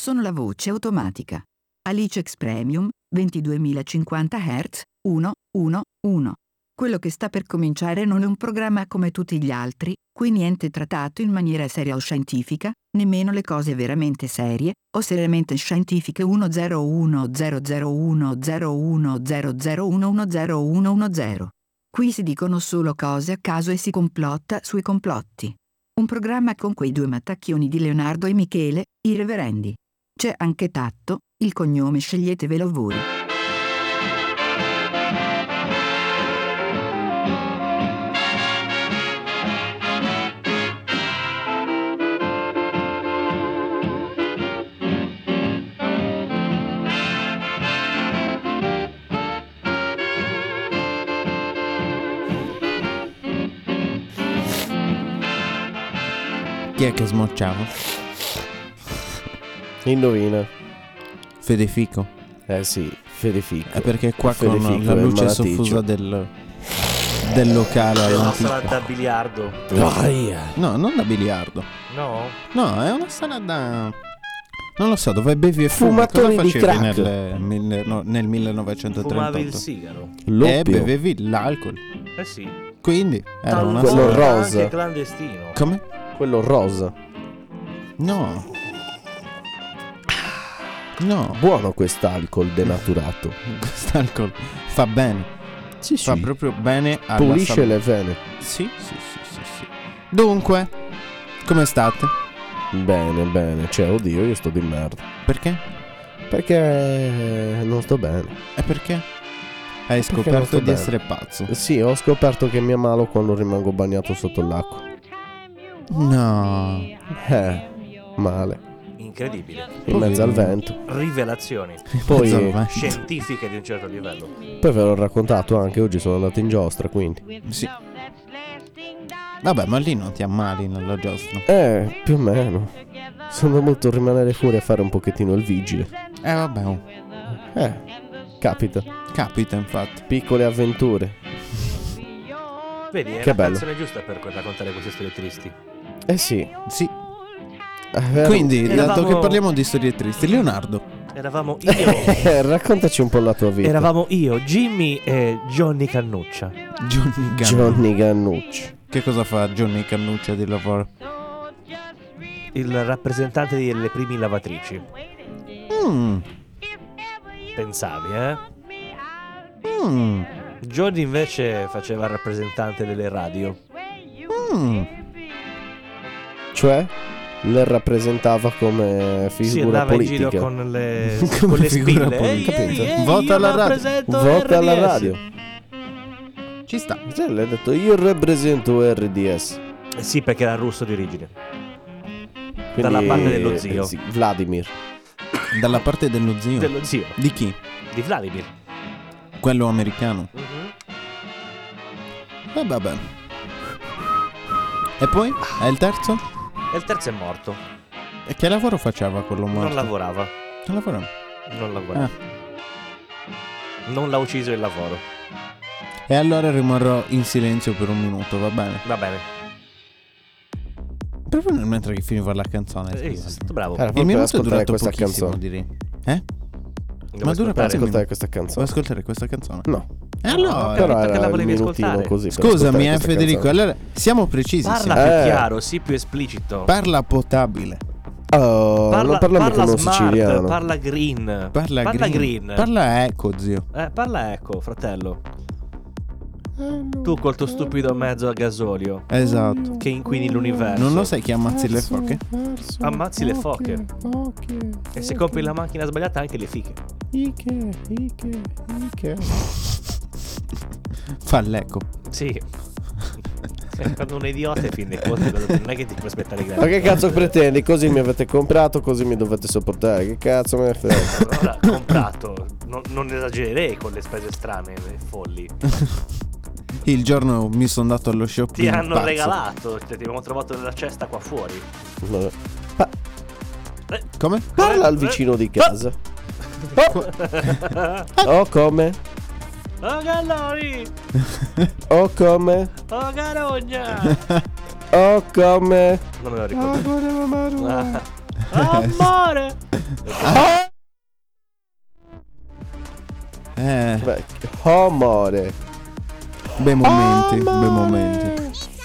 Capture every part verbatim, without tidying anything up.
sono la voce automatica. Alicex Premium ventiduemilacinquanta hertz uno uno uno. Quello che sta per cominciare non è un programma come tutti gli altri, qui niente trattato in maniera seria o scientifica, nemmeno le cose veramente serie o seriamente scientifiche. Uno zero uno zero zero uno zero uno zero zero uno uno zero uno uno zero. Qui si dicono solo cose a caso e si complotta sui complotti. Un programma con quei due mattacchioni di Leonardo e Michele, i reverendi. C'è anche Tatto, il cognome sceglietevelo voi. Chi è che smorciava? Indovina. Fedefico. Eh sì, Fedefico. È perché qua Fedefico con la luce soffusa del, del locale È una all'antico. sala da biliardo. No, non da biliardo. No? No, è una sala da... Non lo so, dove bevi e fumi. Cosa Fumatori di facevi crack. nel, mille- no, nel millenovecentotrentotto? Fumavi il sigaro. E L'oppio. bevevi l'alcol. Eh sì. Quindi era una Quello sala... rosa. Anche clandestino. Come? Quello rosa. No. No. Buono quest'alcol denaturato. Quest'alcol fa bene. Sì, Fa sì. proprio bene alla Pulisce salute. le vene. Sì, sì, sì, sì, sì. Dunque, come state? Bene, bene. Cioè, oddio, io sto di merda. Perché? Perché non sto bene. E perché? Hai non scoperto sto di bene. essere pazzo. Sì, ho scoperto che mi ammalo quando rimango bagnato sotto l'acqua. No. Eh, male. Incredibile. In mezzo al vento. Rivelazioni Poi, Insomma, scientifiche di un certo livello. poi ve l'ho raccontato anche, oggi sono andato in giostra, quindi. sì. Vabbè, ma lì non ti ammali nella giostra. Eh, più o meno. Sono dovuto rimanere fuori a fare un pochettino il vigile. Eh vabbè, oh. Eh, capita. Capita infatti. Piccole avventure. Vedi, è Che la bello. canzone giusta per raccontare queste storie tristi. Eh sì. Sì. È vero. Quindi, dato Eravamo- che parliamo di storie tristi, Leonardo. Eravamo io. Eh, raccontaci un po' la tua vita. Eravamo io, Jimmy e Johnny Cannuccia. Johnny Cannuccia. Johnny Cannucci. Che cosa fa Johnny Cannuccia di lavoro? Il rappresentante delle primi lavatrici. Mm. Pensavi, eh? Mm. Johnny invece faceva il rappresentante delle radio. Mm. Cioè, le rappresentava come Si figura andava in politica. giro con le, Come con le figura spille. politica, Ehi, ehi, ehi, Vota io alla radio. rappresento Vota alla R D S. radio. Ci sta. Cioè, l'hai detto, io rappresento R D S. Eh sì, perché era russo di origine. Quindi, Dalla parte dello zio. eh, sì, Vladimir. Dalla parte dello zio. Dello zio. Di chi? Di Vladimir. Quello americano. Mhm. Eh vabbè. E poi? È il terzo? E il terzo è morto. E che lavoro faceva quello morto? Non lavorava. Che lavoro? Non lavorava. Non l'ha ucciso il lavoro. E allora rimarrò in silenzio per un minuto, va bene? Va bene. Proprio nel mentre che finiva la canzone. Eh, sei stato bravo. Era Il proprio minuto è ascoltare durato questa pochissimo, canzone. direi. Eh? Devo Ma dura ascoltare. per Ascoltare minuti. questa Vuoi canzone. ascoltare questa canzone? No. E allora? Però capito che era la il volevi minutino ascoltare. così per Scusami, ascoltare eh questa Federico, canzone. allora siamo precisi. Parla siamo- più Eh. chiaro, sì, più esplicito. Parla potabile. Oh, Parla, non parliamo parla come un smart, siciliano. parla green. Parla, Parla green. green. Parla eco, zio. Eh, parla ecco, fratello. Tu col tuo stupido mezzo a gasolio Esatto. che inquini l'universo. Non lo sai che ammazzi le foche? Ammazzi le foche. E se compri la macchina sbagliata anche le fiche. Ike, Ike, Ike. Fa l'eco. Sì. Quando un idiota è fin dei conti, non è che ti puoi aspettare grandi. Ma che cazzo pretendi? Così mi avete comprato, così mi dovete sopportare. Che cazzo me ne frega? Allora, comprato. Non, non esagererei con le spese strane e folli. Il giorno mi sono dato allo Ti shopping. hanno pazzo. regalato. Ti abbiamo trovato nella cesta qua fuori. Pa- Eh, Come? parla al vicino di casa. Oh come? Oh Gallori! Oh come? Oh Carogna! Oh come? Non me lo ricordo. Oh, Ah. Amore! Eh, Beh, amore. bei momenti, Amore. bei momenti.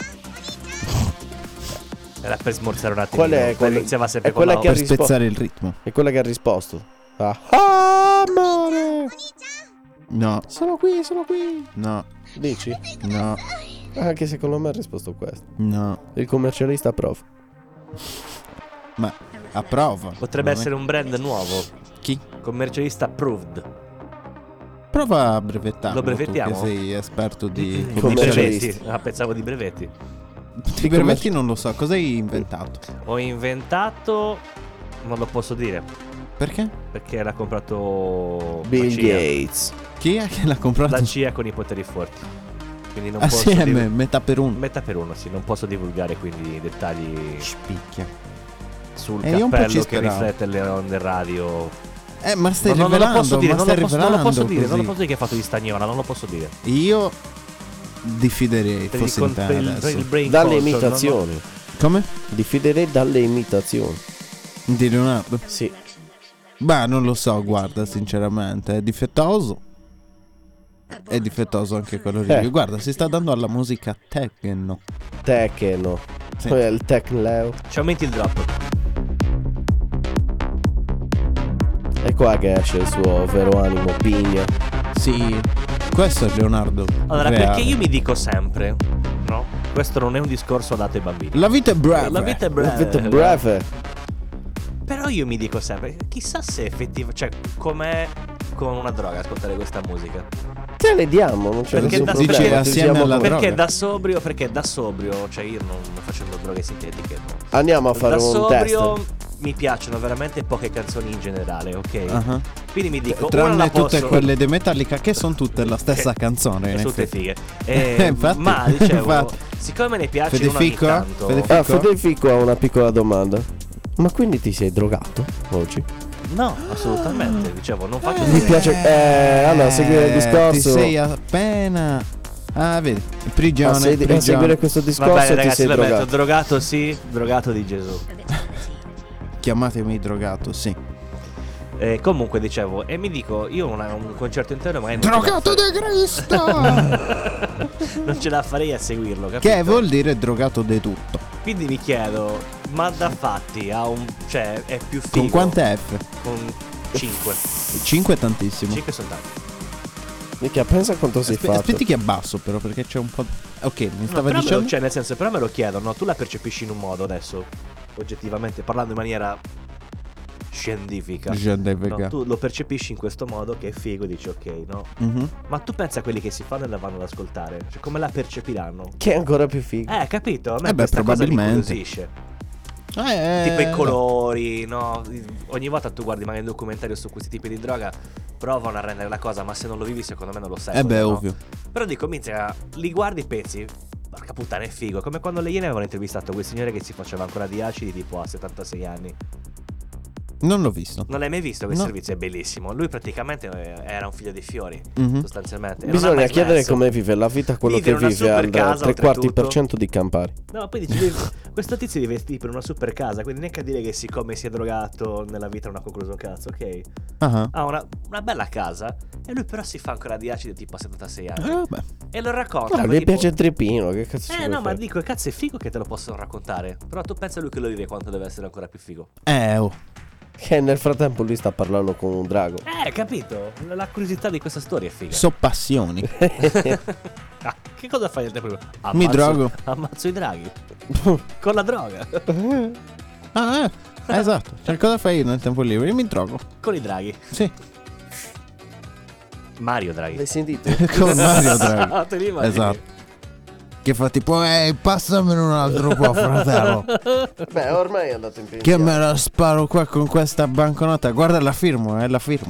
Era per smorzare un attimo. Qual è quella- Iniziava sempre è con quella la che ha Per rispo- spezzare il ritmo. È quella che ha risposto. Ah, amore. No, Sono qui, sono qui. no, Dici? no, Anche secondo me ha risposto questo. no. Il commercialista prof. Ma a prova. Potrebbe Non è- essere un brand nuovo. Chi? Commercialista approved. Prova a brevettarlo. Lo brevettiamo? Tu che sei esperto di Di Come pubblicità. commercialista. brevetti. Ah, pensavo di brevetti. Di brevetti non lo so. Cosa hai inventato? Ho inventato. Non lo posso dire. Perché? Perché l'ha comprato Bill la C I A. Gates. Chi è che l'ha comprato? La C I A con i poteri forti. Quindi non posso Assieme, div- metà per uno. Metà per uno, sì. Non posso divulgare quindi i dettagli Spicchia. sul Eh, io un po' ci cappello che speravo. riflette le onde radio. Eh, ma stai No, no, non lo rivelando, posso dire, ma non stai lo posso, non lo posso rivelando dire, non lo così. posso dire che ha fatto di stagnola, non lo posso dire. Io diffiderei, Per il, fossi con- in te per il- adesso. per il brain Dalle control, imitazioni. Come? Diffiderei dalle imitazioni. Di Leonardo? Sì. Beh, non lo so, guarda, sinceramente, è difettoso. È difettoso anche quello lì. Eh. Guarda, si sta dando alla musica techno. Techno. Sì. Poi è il techno. non- Ci aumenti il drop. È qua che esce il suo vero animo, pigna. Sì, questo è Leonardo. Allora, reale. perché io mi dico sempre, no? Questo non è un discorso adatto ai bambini. La vita è breve. La vita è breve. Avete breve. Però io mi dico sempre, chissà se effettivamente, cioè, com'è con una droga ascoltare questa musica. Te le diamo, non c'è Perché nessun da- problema. perché ti assieme usiamo alla come- droga. Perché da sobrio, perché da sobrio, cioè io non, non facendo droghe sintetiche, no. Andiamo a fare Da un sobrio test. mi piacciono veramente poche canzoni in generale, ok? Ah, Quindi mi dico, una tranne la tutte posso... quelle di Metallica che sono tutte la stessa Che- canzone. In Sono tutte effetti. fighe. Eh, Infatti, ma dicevo, infatti. siccome me ne piace Fede una ogni Fico? tanto. Fede Fico? Ah, Fede Fico ha una piccola domanda. Ma quindi ti sei drogato oggi? No, assolutamente. Dicevo, non faccio Mi piace. Eh, allora, seguire il discorso. Ti sei appena. Ah, vedi, A, prigione. se- a prigione. seguire questo Va discorso bene, ti ragazzi, sei la metto. drogato. Drogato sì, drogato di Gesù. Chiamatemi drogato, sì. Eh, comunque dicevo, e mi dico, io una- un concerto intero magari non Drogato ce di Cristo! la fa- non ce la farei a seguirlo, capito? Che vuol dire drogato di tutto. Quindi mi chiedo, ma da fatti ha un, cioè è più figo Con quante F? Con cinque. cinque è tantissimo. cinque sono tanti. Minchia, pensa quanto sei Aspe- fatto. aspetti che abbasso però perché c'è un po'. Ok, mi No, stava però me dicendo. lo, cioè nel senso, però me lo chiedo, no? Tu la percepisci in un modo adesso, oggettivamente, parlando in maniera scientifica. Scientifica. No, tu lo percepisci in questo modo che è figo e dici ok, no? Mhm. Ma tu pensa a quelli che si fanno e la vanno ad ascoltare, cioè come la percepiranno? Che è ancora più figo. Eh, capito? A me Eh beh, questa cosa mi probabilmente. incuriosisce. Eh, Tipo i colori, no? Ogni volta tu guardi magari un documentario su questi tipi di droga, provano a rendere la cosa, ma se non lo vivi secondo me non lo sai. Eh beh, no? ovvio. Però dico, minchia, li guardi e pensi, porca puttana è figo. Come quando le Iene avevano intervistato quel signore che si faceva ancora di acidi tipo a settantasei anni. Non l'ho visto. Non l'hai mai visto quel No. servizio? È bellissimo. Lui praticamente eh, era un figlio dei fiori, Mhm. sostanzialmente. E non ha Bisogna mai chiedere smesso. come vive la vita quello Vive in che una vive al super casa, tre quarti per oltretutto. cento di Campari. No, poi dici, questo tizio vive tipo in una super casa, quindi neanche a dire che siccome si è drogato nella vita non ha concluso un cazzo, ok? Ah, Ha una, una bella casa e lui però si fa ancora di acidi tipo a settantasei anni. eh, vabbè. E lo racconta. No, ma gli tipo- piace il trippino, che cazzo ci Eh vuoi no, ma fare? dico, cazzo è figo che te lo possono raccontare. Però tu pensa a lui che lo vive quanto deve essere ancora più figo. Eh, oh. Che nel frattempo lui sta parlando con un drago. Eh, capito? La, la curiosità di questa storia è figa. So passioni. Ah, che cosa fai nel tempo libero? Mi drogo. Ammazzo i draghi. Con la droga. Ah, eh. Esatto. Cioè, cosa fai nel tempo libero? Io mi drogo. Con i draghi. Sì. Mario Draghi. L'hai sentito? Con Mario Draghi. Ah, te li immagini? Esatto. Che fa tipo, ehi, passamene un altro po', fratello. Beh, ormai è andato in Che pensione. me la sparo qua con questa banconota. Guarda, la firmo, eh, la firmo.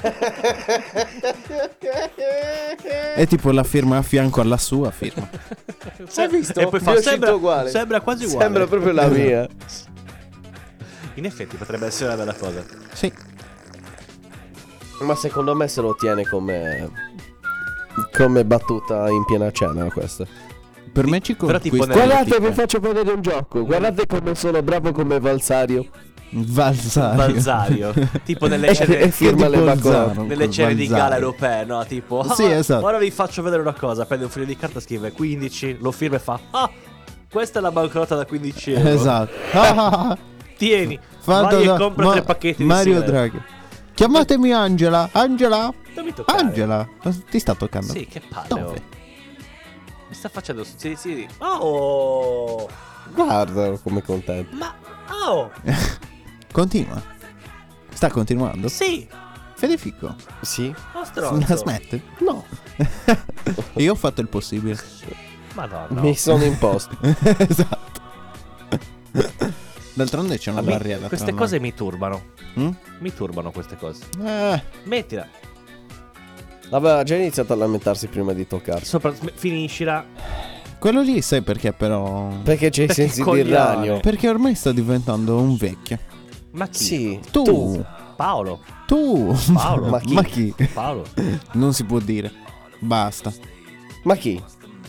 È tipo la firma a fianco alla sua firma. Hai visto? E poi fa, Mi è uscito sembra, uguale. sembra quasi uguale. Sembra proprio la mia. In effetti potrebbe essere una bella cosa. Sì. Ma secondo me se lo tiene come come battuta in piena cena questa. Per me ci però tipo conquista nelle- Guardate, le vi tipe. faccio vedere un gioco. Guardate come sono bravo come Valsario. Valsario. Valsario. Tipo nelle E cene, firma le Bolzano. bacche. nelle cene di Valsario. gala europee, no? Tipo, ah, Sì, esatto. ora vi faccio vedere una cosa. Prende un foglio di carta, scrive quindici, lo firma e fa, ah, questa è la banconota da quindici euro. Esatto. Ah, Tieni, fatto vai da e compra Ma- tre pacchetti Mario di sigarette. Draghi. Chiamatemi Angela. Angela. Dammi toccare. Angela. Ti sta toccando? Sì, che palle. Dove? oh. Mi sta facendo sì, sì. Oh! Guarda come contento. Ma oh! Continua. Sta continuando? Sì! Federico. Sì? Oh, La stronzo. smette? No. Io ho fatto il possibile. Madonna. Mi sono imposto. Esatto. D'altronde c'è una A me barriera. queste tra cose mi turbano. noi. Mi turbano queste cose. Mm? Eh, Mettila. Aveva già iniziato a lamentarsi prima di toccarsi. Sopra, finiscila. quello lì sai perché però. Perché c'è i Perché sensi di coglione. ragno. Perché ormai sta diventando un vecchio. Ma chi? Sì. Tu. Tu. Paolo. Tu. Paolo. Ma chi? Ma chi? Paolo. Non si può dire. Basta. Ma chi?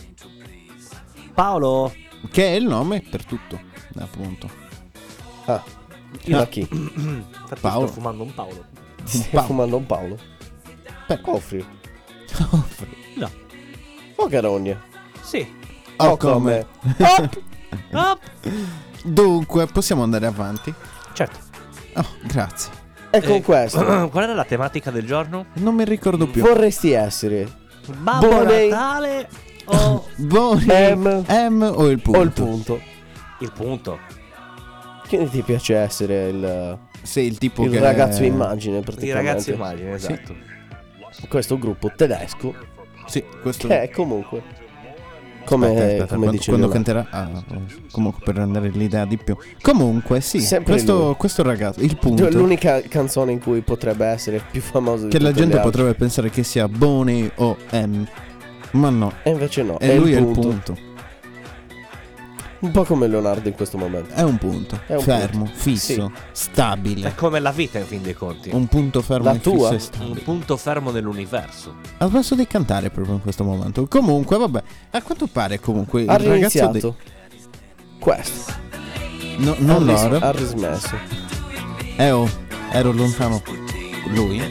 Paolo. Che è il nome per tutto. Appunto. Ah. No. Ma chi? Infatti Paolo. sto fumando un Paolo. Stai Paolo. fumando un Paolo? Per- Offri. No. O carogne. Sì. Oh, come? Op. Dunque, possiamo andare avanti? Certo. Oh, grazie. E con Eh, questo Qual era la tematica del giorno? Non mi ricordo più. vorresti essere Babbo Buone- Natale o Boni, M. M o il punto? o il punto? il punto? Quindi ti piace essere il, Sei il tipo il che ragazzo immagine Il praticamente. ragazzo immagine, esatto. Questo gruppo tedesco Sì, questo che è comunque come, Aspetta, aspetta, come quando, dice quando Leonardo. canterà ah, comunque per rendere l'idea di più. Comunque sì, Sempre questo, lui. questo ragazzo, il punto L'unica canzone in cui potrebbe essere più famosa di che la tutte gente le altre. potrebbe pensare che sia Boney o M. Ma no, E invece no, e è lui il è il punto. punto. Un po' come Leonardo in questo momento. È un punto, È un fermo, punto. fisso, È stabile. come la vita in fin dei conti. Un punto fermo La e fisso tua? e Un stabile. punto fermo nell'universo. Ha smesso di cantare proprio in questo momento. Comunque, vabbè, a quanto pare comunque Ha il ragazzo di... riniziato questo. No, non ha, ris- loro. ha rismesso. Eh oh, ero lontano. Lui?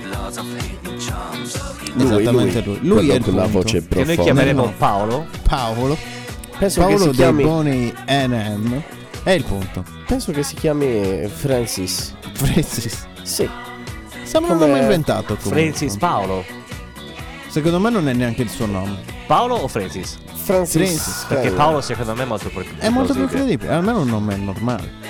Lui, Esattamente lui. Lui, Quello è il con la punto. voce Che noi profonda. chiameremo No. Paolo. Paolo. Penso Paolo che si dei chiami Boney N M è il punto. Penso che si chiami Francis. Francis. Sì. Se non Come- l'hanno inventato comunque. Francis Paolo. Secondo me non è neanche il suo nome. Paolo o Francis? Francis. Francis, Perché Eh, Paolo secondo me è molto più È molto più plausibile. credibile. Almeno un nome normale.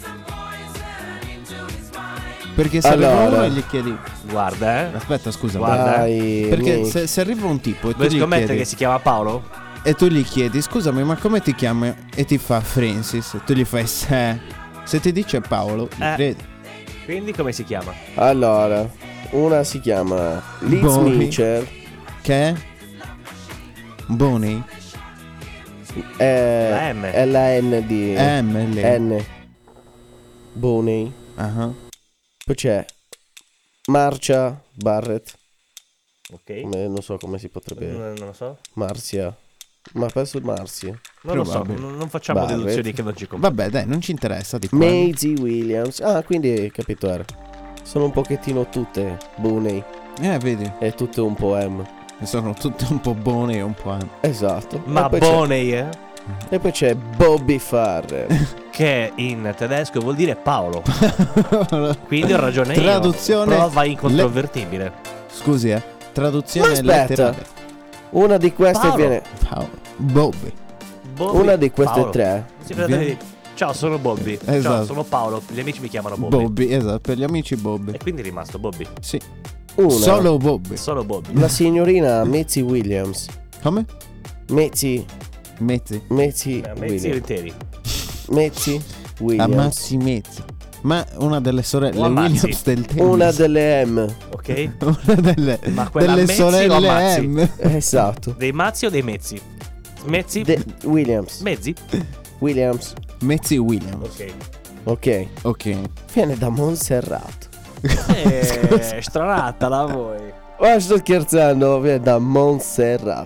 Perché se Allora. arriva uno e gli chiedi. Guarda, eh. Aspetta, scusa. Guarda. Dai, Perché Nick. se, se arriva un tipo e tu, Vuoi gli scommettere chiedi, che si chiama Paolo? e tu gli chiedi, scusami, ma come ti chiami? E ti fa Francis. E tu gli fai se. Se ti dice Paolo, gli Eh. credi. Quindi come si chiama? Allora, una si chiama Liz Boney. Mitchell. Che è? Boney? È La M. È la N di M, lei. N. Boney. Ah. Poi c'è Marcia Barrett. Ok. Come- non so come si potrebbe. Non, non lo so. Marzia. Ma penso Marzia. Non lo so. Probabile. Non, non facciamo Barrett. deduzioni che non ci comprendono. Vabbè, dai, non ci interessa di qua. Maisie Williams. Ah, quindi capito era. Sono un pochettino tutte Boney. Eh, vedi, E tutte un po' M. sono tutte un po' buone e un po'. M. Esatto. Ma e, poi c'è, Boney, eh? e poi c'è Bobby Farrer. Che in tedesco vuol dire Paolo. Quindi ho ragione io. Traduzione Prova incontrovertibile. Scusi, eh. Traduzione Ma aspetta. letterale. Una di queste Paolo. viene. Paolo. Bobby. Bobby. Una di queste Paolo. tre. Si presenta e dice, ciao, sono Bobby. Ciao, Esatto. sono Paolo. Gli amici mi chiamano Bobby. Bobby, esatto, per gli amici Bobby. E quindi è rimasto Bobby. Sì. Una. Solo Bobby. Solo Bobby. La signorina Maisie Williams. Come? Maisie. Mezzi. Maisie A mezzi Williams. interi. Maisie Williams. Ammazzi mezzi. Ma una delle sorelle O ammazzi. Williams del tennis. Una delle M. Ok? Una delle, Ma quella delle Mezzi o sorelle ammazzi? M. Esatto. Dei mazzi o dei mezzi? Mezzi? De- Williams. Mezzi? Williams. Mezzi Williams. Ok. Ok. Ok. Viene da Montserrat. Eh, stranata la voi. Oh, sto scherzando. Viene da Montserrat.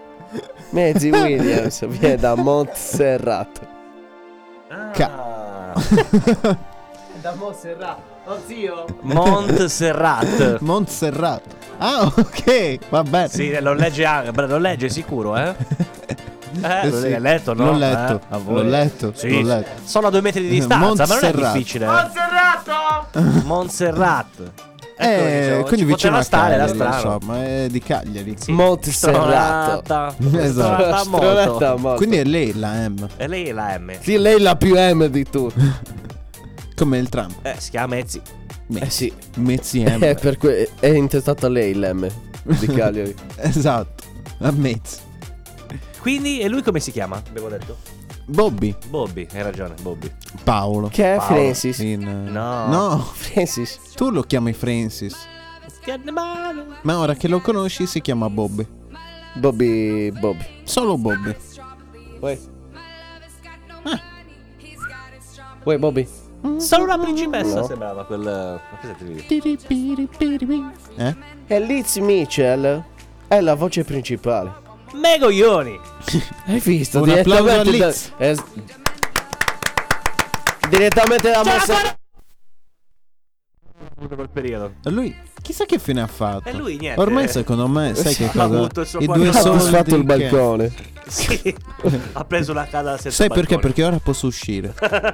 Maisie Williams viene da Montserrat. Ah, Ca- Da Montserrat. Oh zio. Montserrat. Montserrat. Ah, ok, va bene. Sì, lo legge anche, beh, lo legge sicuro, eh? Eh, Eh lo sì. hai letto, no? L'ho letto, Eh, a voi? l'ho letto, Sì, l'ho sì. letto. Sono a due metri di distanza, ma non è Montserrat. difficile. Montserrat! Montserrat. Ecco, Eh, dicevo, quindi ci vicino poteva a stare, era Cagliari, strano. insomma, è di Cagliari. Sì. Montserrat. Stronata. Esatto. Stronata molto. Stronata molto. Quindi è lei la M, E lei è la M. Sì, lei è la più M di tutti. come il tram. Eh, si chiama Mezzi. Eh sì. Mezzi M. È per que- è intestata a lei l'M di Cagliari. Esatto, a mezzi. Quindi, e lui come si chiama? Abbiamo detto. Bobby, Bobby, hai ragione, Bobby. Paolo. Che è Paolo. Francis? In- No. No, Francis. tu lo chiami Francis. Ma ora che lo conosci si chiama Bobby. Bobby. Bobby. Solo Bobby. Uè. Ah. Uè, Bobby. Solo una principessa No. sembrava quel. Ma cosa ti dico? Eh? E Liz Mitchell è la voce principale. Megoglioni! Hai visto? Un applauso a Direttamente da- Liz. es- Direttamente da Montserrat. Quel periodo. E lui, chissà che fine ha fatto. E lui niente. Ormai secondo me, sai Sì, che ha cosa? avuto il suo I quattro due Ha soldi soldi disfatto il che- balcone. Sì. Ha preso una casa senza Sai perché? balcone. Perché ora posso uscire.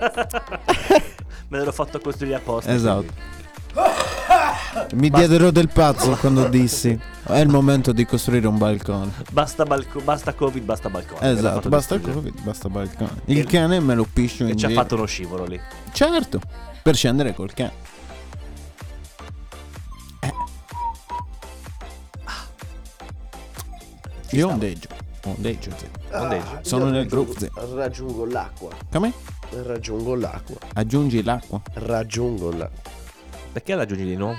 Me l'ero fatto costruire apposta. Esatto. Mi diedero del pazzo quando dissi è il momento di costruire un balcone. quindi Basta, balco- basta Covid, basta balcone. Me l'ha Esatto, fatto basta distruggere. Covid, basta balcone. Il E- cane me lo piscio E in ci ha giro. fatto uno scivolo lì. Certo, per scendere col cane. Eh. Io ondeggio. Ondeggio, sì. Ondeggio. Sono Io nel raggiungo- gruppo, sì. Raggiungo l'acqua. Come? Raggiungo l'acqua. Aggiungi l'acqua. Raggiungo l'acqua. Perché la aggiungi di nuovo?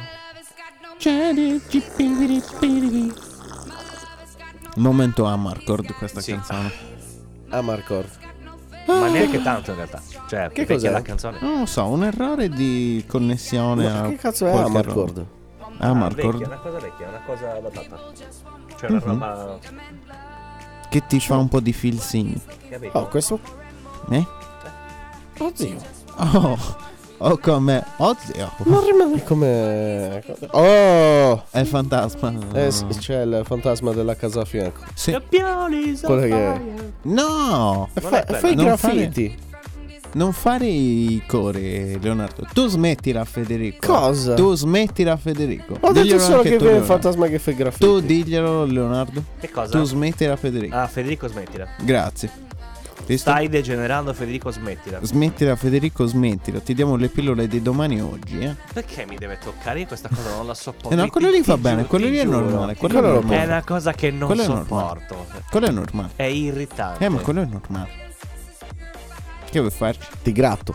Momento Amarcord questa Sì. canzone. Amarcord. Ma neanche tanto in realtà. Cioè, Che perché cos'è? la canzone? Non lo so, un errore di connessione Ma a che cazzo è qualche Amarcord? roba. Ah, Amarcord vecchia, una cosa vecchia, una cosa datata. Cioè una Mhm. roba. che ti fa un po' di feel sing. Capito? Oh, questo. Eh? Oh zio. Oh, oh come? Oddio. Non rimane come. Oh! È il fantasma. Eh, sì, c'è il fantasma della casa a fianco. Sì. Campioni, Quello che- No, E Non fa- è quello. fai i Non graffiti. non fare i cori, Leonardo. Tu smettila, Federico. Cosa? Tu smettila, Federico. Ho detto Diglielo solo anche che tu, è il Leonardo. fantasma che fa i graffiti. Tu diglielo, Leonardo. Che cosa? Tu smettila, Federico. Ah, Federico, smettila. Grazie. Visto? Stai degenerando, Federico, smettila. Smettila, Federico, smettila. Ti diamo le pillole di domani oggi, eh. Perché mi deve toccare? Io questa cosa non la sopporto. Eh no, Ti- quello lì ti fa giuro, bene, quello ti lì è giuro. normale. Quello Quello è lo normale. È una cosa che non Quello è normale. sopporto. Quello è normale. È irritante. Eh, ma quello è normale. Che vuoi farci? Ti gratto.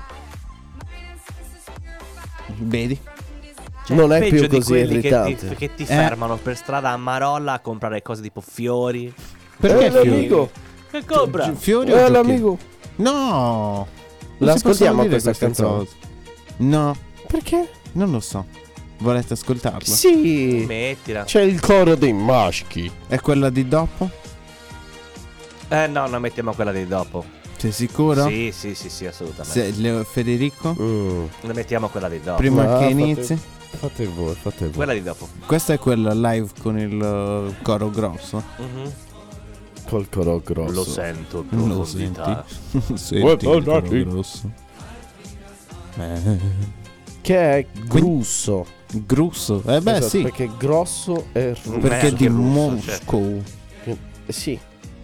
Vedi? Cioè, non è peggio più di così quelli irritante. Che ti, che ti Eh. fermano per strada a Marolla a comprare cose tipo fiori. Perché Eh, fiori? l'amico. Che compra? Fiori o Eh, giochi? l'amico. No. Non La si possono ascoltiamo dire questa canzone? cose. No, Perché? non lo so. Volete ascoltarla? Sì. Mettila. C'è il coro dei maschi. È quella di dopo? Eh no, non mettiamo quella di dopo. Sei sicuro? Sì, sì, sì, sì, assolutamente. Se- Leo- Federico? Mm. Ne mettiamo quella di dopo. Prima Ah, che fate- inizi? Fate voi, fate voi. Quella di dopo. Questa è quella live con il uh, coro grosso. Mhm. Col coro grosso. Lo sento in Non lo profondità. senti? Senti il coro Guardate. grosso. Eh, Che è grusso. Grusso. Eh beh Esatto, sì. Perché grosso è Mm. Perché Beh, di che russo, Moscow. Eh, Sì.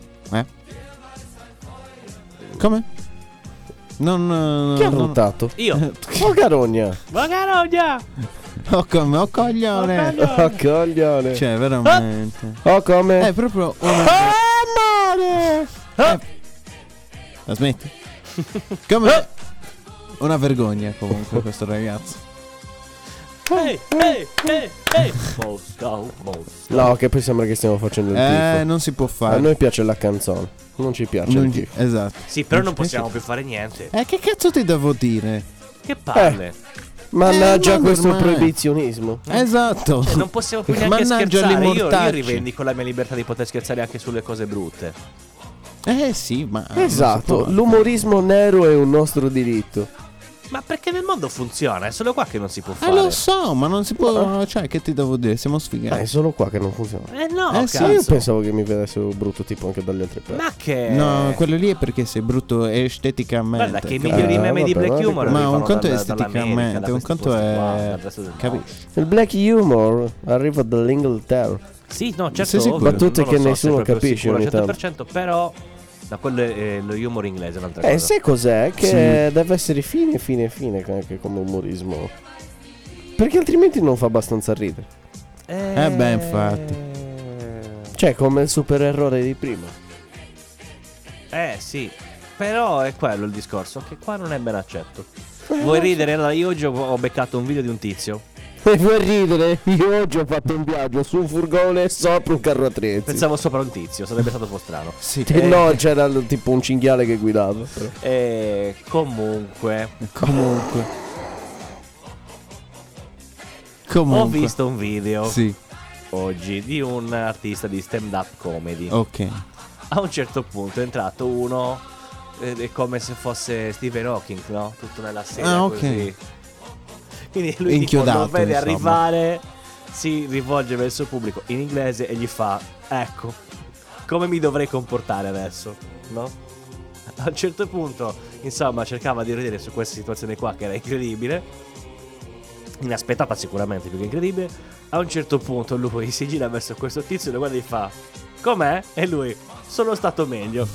Come? Non... Chi ha non- ruttato? Io. Oh carogna. Ma carogna! Oh come? Oh coglione. Oh coglione. Cioè veramente. Oh come? È proprio una... amore. La smetti? Come? Una vergogna comunque questo ragazzo. Ehi, ehi, ehi, ehi. Moscow, Moscow. No, che poi sembra che stiamo facendo il Eh, tifo. non si può A fare. noi piace la canzone. Non ci piace Non il gi- tifo. esatto. Sì, però Non non ci possiamo piace. più fare niente. Eh, che cazzo ti devo dire? Che palle. Mannaggia Eh, ma questo ormai- proibizionismo. Esatto. Cioè, non possiamo più neanche Mannaggia scherzare. gli Io, io mortacci. rivendico la mia libertà di poter scherzare anche sulle cose brutte. Eh sì, ma non si Esatto, può. l'umorismo nero è un nostro diritto. Ma perché nel mondo funziona, è solo qua che non si può Eh fare. lo so, ma non si può. Cioè, che ti devo dire? Siamo Ah, sfigati. è solo qua che non funziona. Eh no, Eh sì, cazzo. Io pensavo che mi vedessero brutto tipo anche dagli altri paesi. Ma che... No, quello lì è perché sei brutto esteticamente. Guarda che i capito? migliori Eh, meme di vabbè, Black ma Humor Ma arrivano un conto è dal- dall'America, esteticamente, da un questi conto posti è- qua, dal resto del mondo. Capisci? Il black humor arriva dall'Inghilterra. Sì, no, certo, Sei sicuro? ovvio, Battute non lo che so, nessuno sempre più capisce sicuro al ogni cento per cento, però da quello è lo humor inglese è un'altra Eh, cosa. sai cos'è? Che Sì. deve essere fine, fine, fine anche come umorismo. Perché altrimenti non fa abbastanza ridere. Eh beh, infatti. Cioè, come il super errore di prima. Eh sì, però è quello il discorso, che qua non è ben accetto. Vuoi ridere? Allora io oggi ho ho beccato un video di un tizio. E vuoi ridere? Io oggi ho fatto un viaggio su un furgone sopra un carro attrezzi. Pensavo sopra un tizio, sarebbe stato un po' strano. Sì. Che no, c'era l- tipo un cinghiale che guidava. però. E comunque, Comunque. Comunque. ho visto un video Sì, oggi di un artista di stand-up comedy. ok. A un certo punto è entrato uno, ed è come se fosse Stephen Hawking, no? Tutto nella sedia Ah, ok. così. Quindi lui tipo, Inchiodato, lo vede insomma. arrivare, si rivolge verso il pubblico in inglese e gli fa: ecco, come mi dovrei comportare adesso, no? A un certo punto, insomma, cercava di ridere su questa situazione qua che era incredibile. Inaspettata sicuramente, più che incredibile. A un certo punto lui si gira verso questo tizio e lo guarda e gli fa: com'è? E lui: sono stato meglio.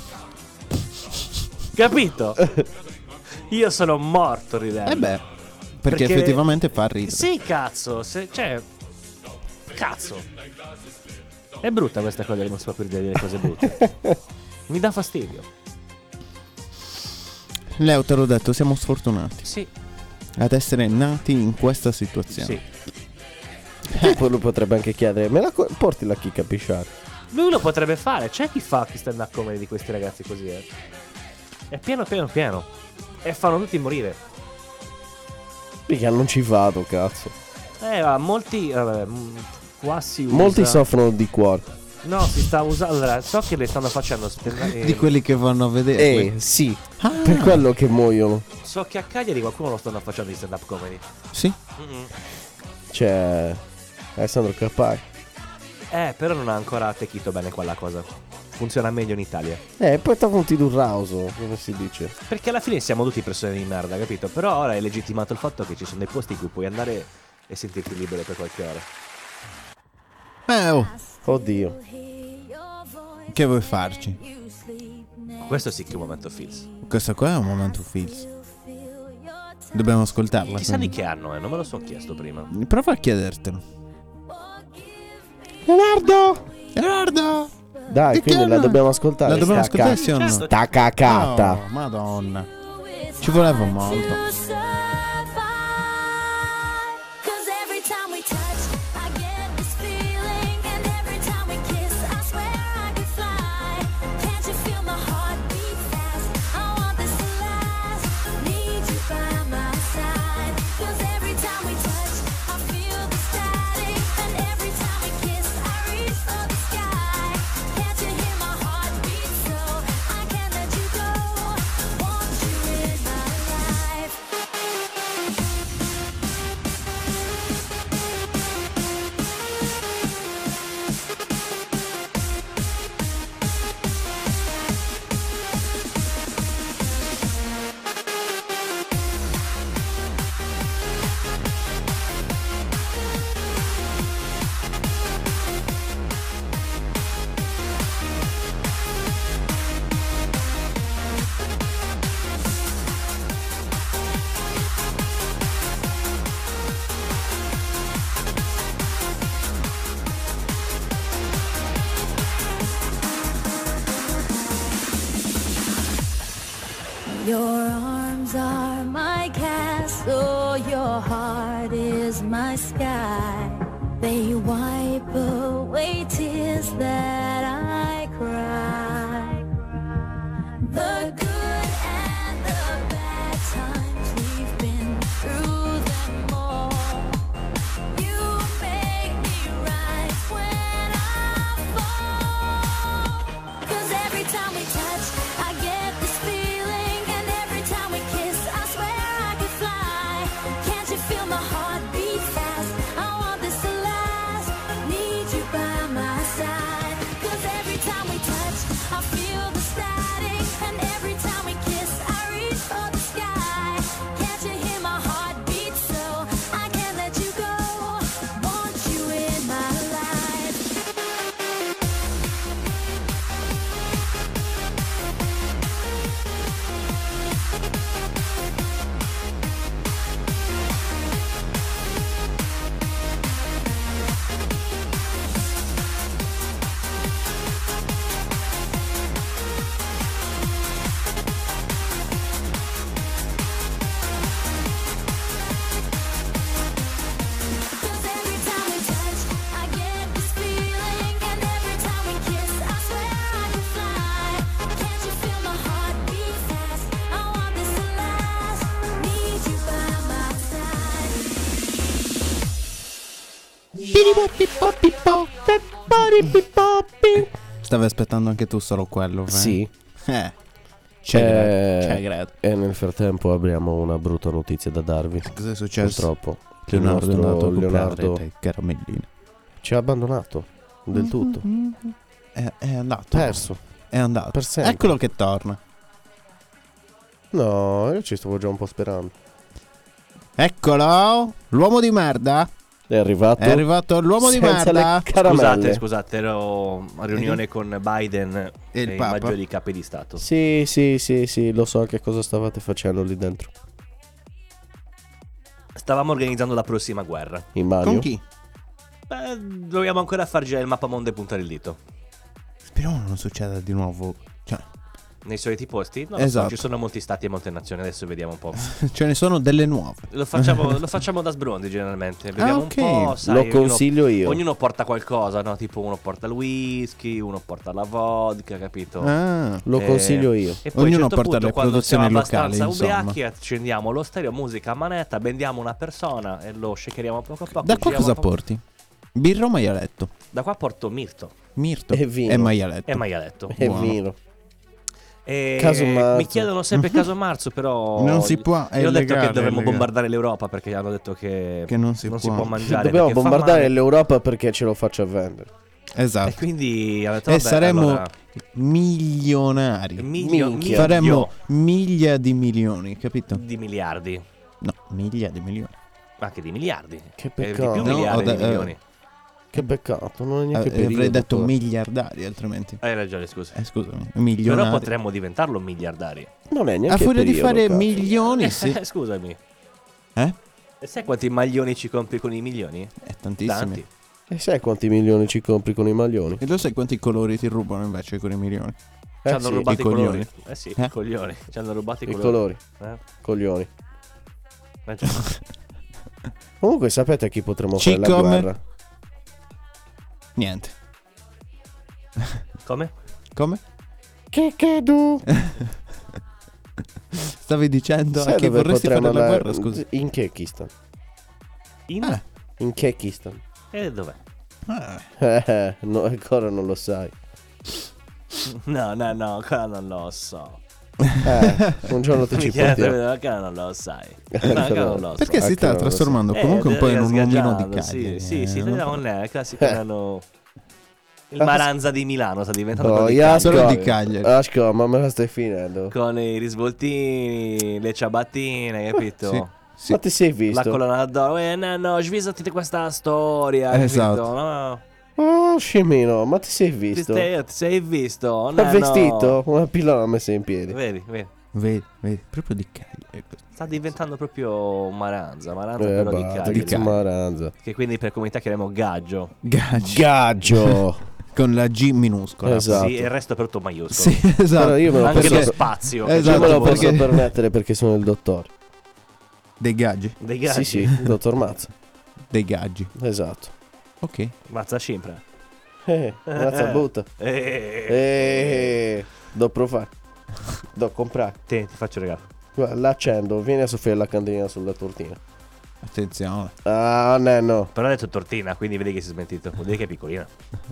Capito? Io sono morto ridendo. Eh beh, perché, Perché- effettivamente fa ridere. Sì, cazzo, se, cioè cazzo. È brutta questa cosa che non si può più ridere di cose brutte. Mi dà fastidio. Leo, te l'ho detto, siamo sfortunati Sì, ad essere nati in questa situazione. sì. E poi lui potrebbe anche chiedere: me la co- porti la chicca a pisciare? Lui lo potrebbe fare. C'è chi fa chi stand up comedy di questi ragazzi così, eh. È pieno pieno pieno. E fanno tutti morire. Mica non ci vado, cazzo. Eh, ma molti vabbè, mm, qua si usa. Molti soffrono di cuore. No, si sta usando. Allora, so che le stanno facendo stand- eh, Di quelli che vanno a vedere. Eh, sì. Ah, Per quello che muoiono. So che a Cagliari qualcuno lo stanno facendo di stand up comedy. sì. C'è Alessandro Cappari. Eh, però non ha ancora attecchito bene quella cosa. Funziona meglio in Italia. Eh, poi t'ha un un rauso, come si dice. Perché alla fine siamo tutti persone di merda, capito? Però ora è legittimato il fatto che ci sono dei posti in cui puoi andare e sentirti libero per qualche ora. Eh, oh, Oddio. che vuoi farci? Questo sì che è un momento feels. Questo qua è un momento feels. Dobbiamo ascoltarla. Chissà di quindi. che anno è, non me lo sono chiesto prima. Prova a chiedertelo. Leonardo! Leonardo! Dai, Di quindi che la anno? dobbiamo ascoltare. La dobbiamo sta ascoltare ca- sì o no? Certo. Sta cacata. Oh, madonna. Ci voleva molto. Your arms are my castle, your heart is my sky. They wipe away tears that I cry. The good and the bad times, we've been through them all. You make me rise when I fall. 'Cause every time we touch, I get this feeling, and every time we kiss, I swear I could fly. Stavi aspettando anche tu solo quello, vero? Sì. Eh. C'è Eh, C'è Gret. E nel frattempo abbiamo una brutta notizia da darvi. Cos'è successo? Purtroppo il Leonardo è andato nostro a comprare Leonardo le caramelline. ci ha abbandonato del tutto. È, è andato. Perso. È andato. Per sempre. Eccolo che torna. No, io ci stavo già un po' sperando. Eccolo. L'uomo di merda. È arrivato. È arrivato l'uomo di senza merda. le caramelle. Scusate, scusate, ero a riunione con Biden E e, il i Papa? maggiori capi di Stato. Sì, sì, sì, sì, lo so che cosa stavate facendo lì dentro. Stavamo organizzando la prossima guerra. Immagino. Con chi? Beh, dobbiamo ancora far girare il mappamondo e puntare il dito. Speriamo non succeda di nuovo. Cioè, Nei soliti posti? Non lo Esatto. so, ci sono molti stati e molte nazioni, adesso vediamo un po'. ce ne sono delle nuove. Lo facciamo, lo facciamo da sbronzi generalmente. Vediamo Ah, ok. un po', sai, Lo ognuno- consiglio io. Ognuno porta qualcosa, no? Tipo uno porta il whisky, uno porta la vodka, capito? Ah. Lo Eh, consiglio io. E poi Ognuno a un certo porta punto, le quando produzioni siamo locali, abbastanza insomma. ubriachi, accendiamo lo stereo, musica a manetta, bendiamo una persona e lo shakeriamo poco a poco. Da qua giriamo cosa un po'. porti? Birra o maialetto? Da qua porto Mirto Mirto E vino. e maialetto. e maialetto. È Buono. vino. E Caso Marzo. mi chiedono sempre caso Marzo, però Non si può, è Io ho detto illegale, che dovremmo è illegale. bombardare l'Europa perché hanno detto che, Che non si può. può mangiare. Dobbiamo perché fa bombardare male. l'Europa perché ce lo faccia vendere. E Esatto. quindi hanno detto, E vabbè, saremo allora, milionari. milio- Minchia. Faremmo miglia di milioni, capito? di miliardi, No, miglia di milioni. anche di miliardi. Che E di peccato. più No, miliardi ho di de- milioni. Che peccato, non è Eh, neanche periodo. avrei detto poi. miliardari altrimenti. Hai ragione, scusa. Eh, scusami, Però milionari. potremmo diventarlo miliardari. Non è A neanche furia di periodo, fare cazzo. milioni, sì. Eh, Scusami. Eh? E sai quanti maglioni ci compri con i milioni? È tantissimi. Tanti. E sai quanti milioni ci compri con i maglioni? E lo sai quanti colori ti rubano invece con i milioni? Eh Ci hanno sì, rubato i i colori. coglioni. Eh sì, Eh? i coglioni. Ci hanno rubato i i colori. colori, Eh? coglioni. Eh, già. Comunque sapete a chi potremmo fare la Cicom. guerra? Niente. Come? Come? Che cadu? Stavi dicendo Sai a chi dove vorresti fare potremmo la andare? guerra, scusi? In Kekistan. In? Ah. In Kekistan. E dov'è? Ah. Eh, no, ancora non lo sai. No, no, no, ancora non lo so. Eh, un giorno ti ci Mi chiede, portiamo. ancora non lo sai. No, ancora non lo so. Perché si sta Ancora non lo so. trasformando Eh, comunque un po' in un uomino di sgaggiando, Cagliari. Sì, sì, sì, eh, vediamo no? lei, il classico Eh. nano- Il Maranza di Milano sta diventando Oh, quello di io Cagliari. Solo asco- di Cagliari. Asco, ma me la stai finendo. Con i risvoltini, le ciabattine, capito? Sì. Sì. Ma ti sei La visto? colonna d'oro. Eh, no, no, svisati questa storia, Esatto. capito? No. Oh, scimino, ma ti sei Ti, visto? stai, ti sei visto? Ha No, vestito? Una pillola messa in piedi. No. Vedi, vedi. Vedi, vedi, proprio di Cagliari. Sta diventando proprio Maranza, Maranza Eh, però di basta, Cagliari. che Cagliari. maranza. Che quindi per comunità chiamiamo Gaggio. Gaggio. Gaggio. Con la G minuscola. Esatto. Sì, e il resto è per tutto maiuscolo. Sì, esatto. Però io me lo Anche posso, lo perché- spazio. che Esatto, io me lo c'è posso perché- permettere perché sono il dottore. Dei gaggi. dei gaggi. Sì, sì, dottor Mazza. Dei gaggi. Esatto. Ok. Mazza sempre. Eh, Mazza butta. Eh. Eh, do provare. Do comprare. Te, ti faccio un regalo. Guarda, l'accendo, vieni a soffiare la candelina sulla tortina. Attenzione. Ah, no, no. Però ha detto tortina, quindi vedi che si è smentito. Vuol dire che è piccolina.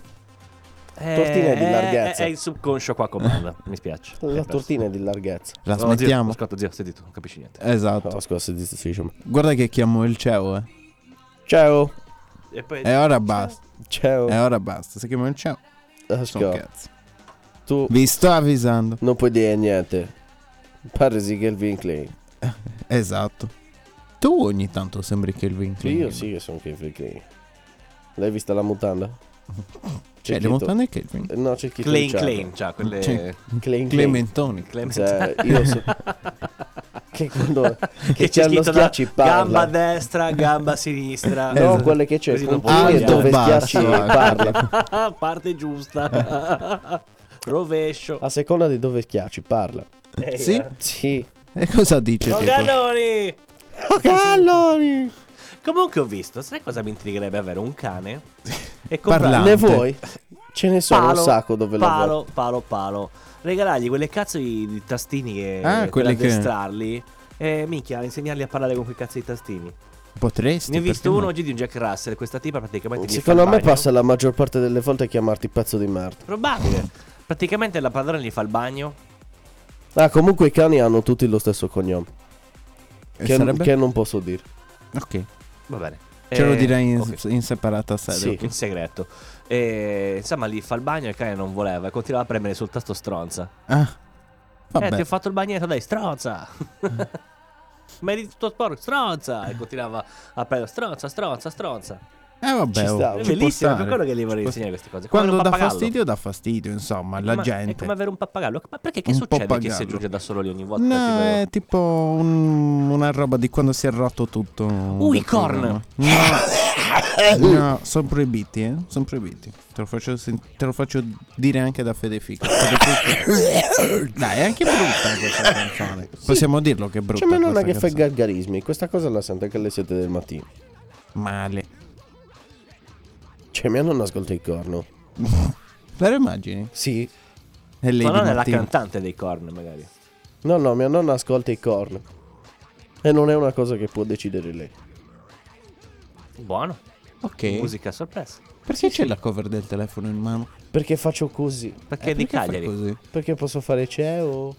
Tortina è di Eh, larghezza. È, è il subconscio qua a comanda. Mi spiace. La tortina è di larghezza. La No, zio, smettiamo? ascolta, zio, stai zitto, non capisci niente. Esatto. Oh, scusa, di diciamo. Guarda che chiamo il C E O, eh. Ciao. E poi E ora basta. Ciao. E ora basta. Se chiamo il C E O, sono Ascolta, cazzo. tu Vi sto avvisando. non puoi dire niente. Paresi Calvin Klein. Esatto. Tu ogni tanto sembri Calvin Sì, Klein. io sì che sono Calvin Klein. L'hai vista la mutanda? Cioè, le scritto- montagne Calvin. Eh, No, c'è chi Klein Klein, cioè quelle Cioè, Klein Klein. Clementoni. Clement- Cioè, io so che quando che che c'è c'è lo scritto da schiacci gamba parla. a destra, gamba a sinistra. No, Esatto. quelle che c'è Così non puntini puoi e sbagliare. dove Basta, schiacci va. parla. Parte giusta. Rovescio. A seconda di dove schiacci parla. Eh, Sì? eh. Sì. E cosa dice? Oh, tipo? cannoni! Oh, cannoni! Comunque ho visto, sai cosa mi intrigherebbe avere un cane? E comprare Parlante. Ne vuoi? Ce ne sono palo, un sacco dove lavoro. palo, palo, palo. Regalargli quelle cazzo di, di tastini e Ah, per quelli che- addestrarli. E minchia, insegnarli a parlare con quei cazzo di tastini. Potresti. Ne ho visto perché uno no? oggi di un Jack Russell. Questa tipa praticamente gli fa Secondo il me bagno. passa la maggior parte delle volte a chiamarti pezzo di merda. Probabile. Praticamente la padrona gli fa il bagno. Ah, comunque i cani hanno tutti lo stesso cognome. E Che, sarebbe? che non posso dire. Ok. Va bene. Ce lo Eh, direi in, ok. in separata sede. Sì. ok? In segreto. E, insomma, gli fa il bagno e il cane non voleva e continuava a premere sul tasto stronza. Ah, vabbè. Eh, ti ho fatto il bagnetto, dai, stronza. Ma eri tutto sporco, stronza. E continuava a premere, stronza, stronza, stronza. Eh vabbè, Ci oh, sta. È ci può bellissimo, è per stare. quello che gli vorrei Ci può- insegnare queste cose. Come Quando avere dà un pappagallo. fastidio, dà fastidio, insomma, la Ma gente. È come avere un pappagallo. Ma perché che Un succede che pappagallo. si aggiunge da solo lì ogni volta? No, Tipo- è tipo un- una roba di quando si è rotto tutto. Uh, del i corn. programma. No, no, sono proibiti, eh? Sono proibiti. Te lo, faccio, sen- te lo faccio dire anche da Fede Fico. Fede Fico- Dai, è anche brutta questa canzone. Possiamo dirlo che è brutta. C'è mia nonna questa che fa i canzone. gargarismi. Questa cosa la sento anche alle sette del mattino. Male. Cioè, mia nonna ascolta il corno. Te lo immagini? Sì. E lei Ma di non è la mattina. cantante dei corn, magari. No, no, mia nonna ascolta il corno. E non è una cosa che può decidere lei. Buono. Ok. Musica a sorpresa. Perché c'è la cover del telefono in mano? Perché faccio così? Perché Eh, è di perché fai Cagliari. così? Perché posso fare C E O?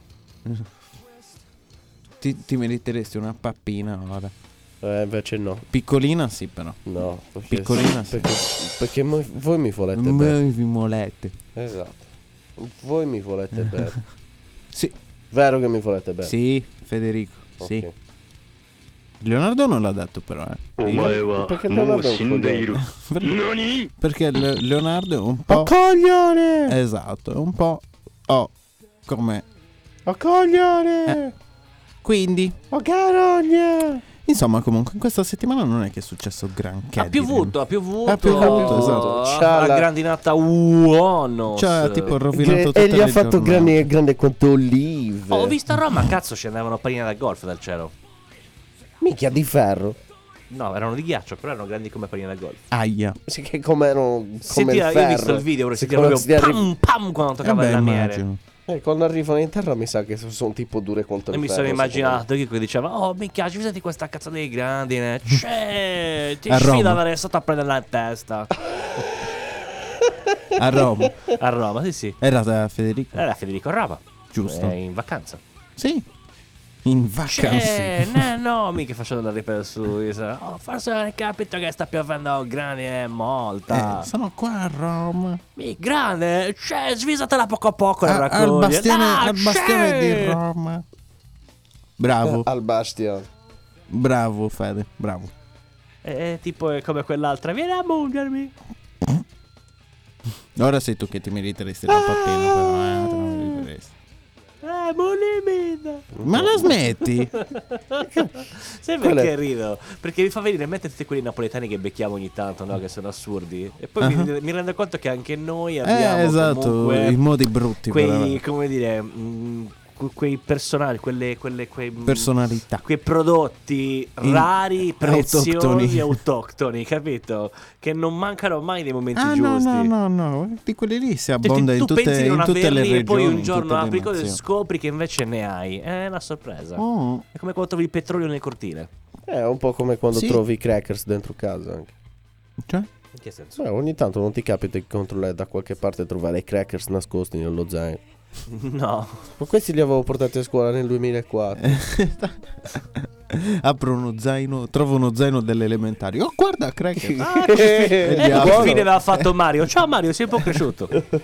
Ti, ti meriteresti una pappina ora. Eh, invece no. Piccolina sì, però. No. Perché, Piccolina, sì. Perché, perché mo- voi mi volete bene. Voi vi molete. Esatto. Voi mi volete bene. Sì, Vero che mi volete bene? sì, Federico. Ok. Sì. Leonardo non l'ha detto però, eh. お前は Perché もう Leonardo è un 死んでいる。 Perché, 何 perché Le- Leonardo è un Oh po'. coglione! Esatto, è un po'. Oh, come. Oh coglione! Quindi, Oh carogna! insomma, comunque, in questa settimana non è che è successo granché. Ha piovuto, ha piovuto. Ha piovuto, esatto. C'ha La la- grandinata uonos. Cioè, tipo, rovinato Gra- tutte e gli ha le fatto giornate. grande, grande quanto olive. Oh, ho visto a Roma, cazzo, scendevano palline da golf dal cielo. Minchia di ferro. No, erano di ghiaccio, però erano grandi come palline da golf. Aia. Sì, che come erano come Senti, il io ho ferro. visto il video, ora si Secondo proprio me si pam pam quando Eh toccava beh, il lamiere. immagino. Eh, quando arrivano in terra mi sa che sono tipo dure quanto E il mi ferro. sono immaginato io che diceva: oh, minchia, visati questa cazzo di grandine. C'è, ti A sfido Roma. ad andare sotto a prenderla in testa. A Roma. A Roma, sì, sì. Era da Federico. Era Federico Roma. Giusto. È in vacanza. Sì. In vacanza. C'è, no, no, mica facendo la ripresa su. io so, Oh, forse non hai capito che sta piovendo grande e molta. Eh, sono qua a Roma. Mi grande, c'è, svisatela poco a poco e A- al raccogli. bastione, Ah, al bastione c'è! di Roma. Bravo, Al bastion. bravo Fede, bravo. È tipo è come quell'altra, vieni a mungermi. Ora sei tu che ti meriteresti la pappina, però, eh, te la meriteresti. Eh, bulimida. Ma la smetti? Sai Quella- perché rido? Perché mi fa venire in mente tutti quelli napoletani che becchiamo ogni tanto, no? Che sono assurdi. E poi mi, mi rendo conto che anche noi abbiamo Eh, esatto, comunque i modi brutti quei, veramente. come dire, mh, que- quei personaggi, quelle, quelle, quei, mh, Personalità. quei prodotti In- rari, preziosi, autoctoni. autoctoni, capito? Che non mancano mai nei momenti Ah no, giusti. no, no, no, di quelli lì si Cioè, abbonda tu in tutte, pensi di non in tutte le averli regioni. e poi un in giorno tutte le apri cose e nazioni. scopri che invece ne hai. È una sorpresa. Oh, È come quando trovi il petrolio nel cortile. È un po' come quando Sì. trovi i crackers dentro casa anche. cioè? In che senso? Beh, ogni tanto non ti capita di controllare da qualche parte e trovare i crackers nascosti nello zaino. No. Ma questi li avevo portati a scuola nel duemilaquattro. Apro uno zaino, trovo uno zaino delle elementari. Oh, guarda, cracker. Ah, Eh, gli che altri. fine aveva fatto Mario? Ciao Mario, sei un po' cresciuto.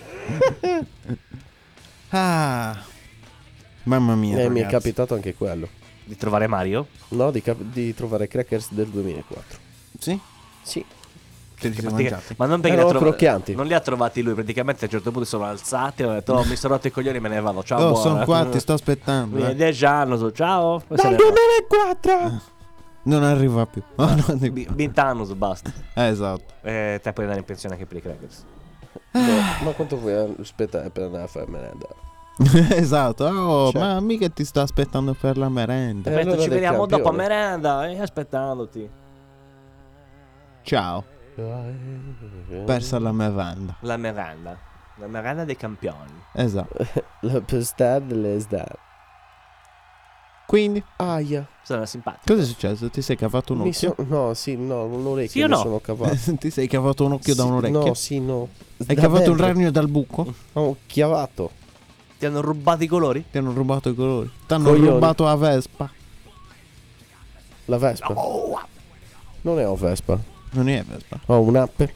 Ah, mamma mia. Eh, mi è ragazzi. capitato anche quello. Di trovare Mario? No, di, cap- di trovare crackers del duemilaquattro. Sì? Sì. Te li sei Pratica- mangiati? Ma non perché li Erano ha trova- crocchianti. Non li ha trovati lui, praticamente a un certo punto si sono alzati e ho detto: oh, mi sono rotto i coglioni e me ne vado. Ciao, Oh, buona. sono qua, ti sto aspettando. Mi eh. dieci anni, so, ciao. Poi se Dal ne va. duemilaquattro! Non arriva più. Oh, no, di- Vi- venti anni, basta. Eh, esatto. E te puoi andare in pensione anche per i crackers. No, ma quanto vuoi aspettare per andare a fare merenda? Esatto. Oh, Cioè- ma mica ti sto aspettando per la merenda. Eh, Ho detto, allora ci dei vediamo dopo a campioni. merenda. E aspettandoti. Ciao. Persa la merenda. La merenda. La merenda dei campioni. Esatto. La pesta delle star. Quindi, Aia. Sono simpatico. cosa è successo? Ti sei cavato un Mi occhio? so- no, sì, no, un orecchio Sì o mi no? sono cavato. Ti sei cavato un occhio da Sì, un orecchio? No, sì, no. Hai Da cavato un dentro. ragno dal buco? Ho chiavato. Ti hanno rubato i colori? Ti hanno rubato i colori. Ti hanno Coglioni. rubato la Vespa. La Vespa. Non è ho Vespa. Non è Vespa. Ho un'app.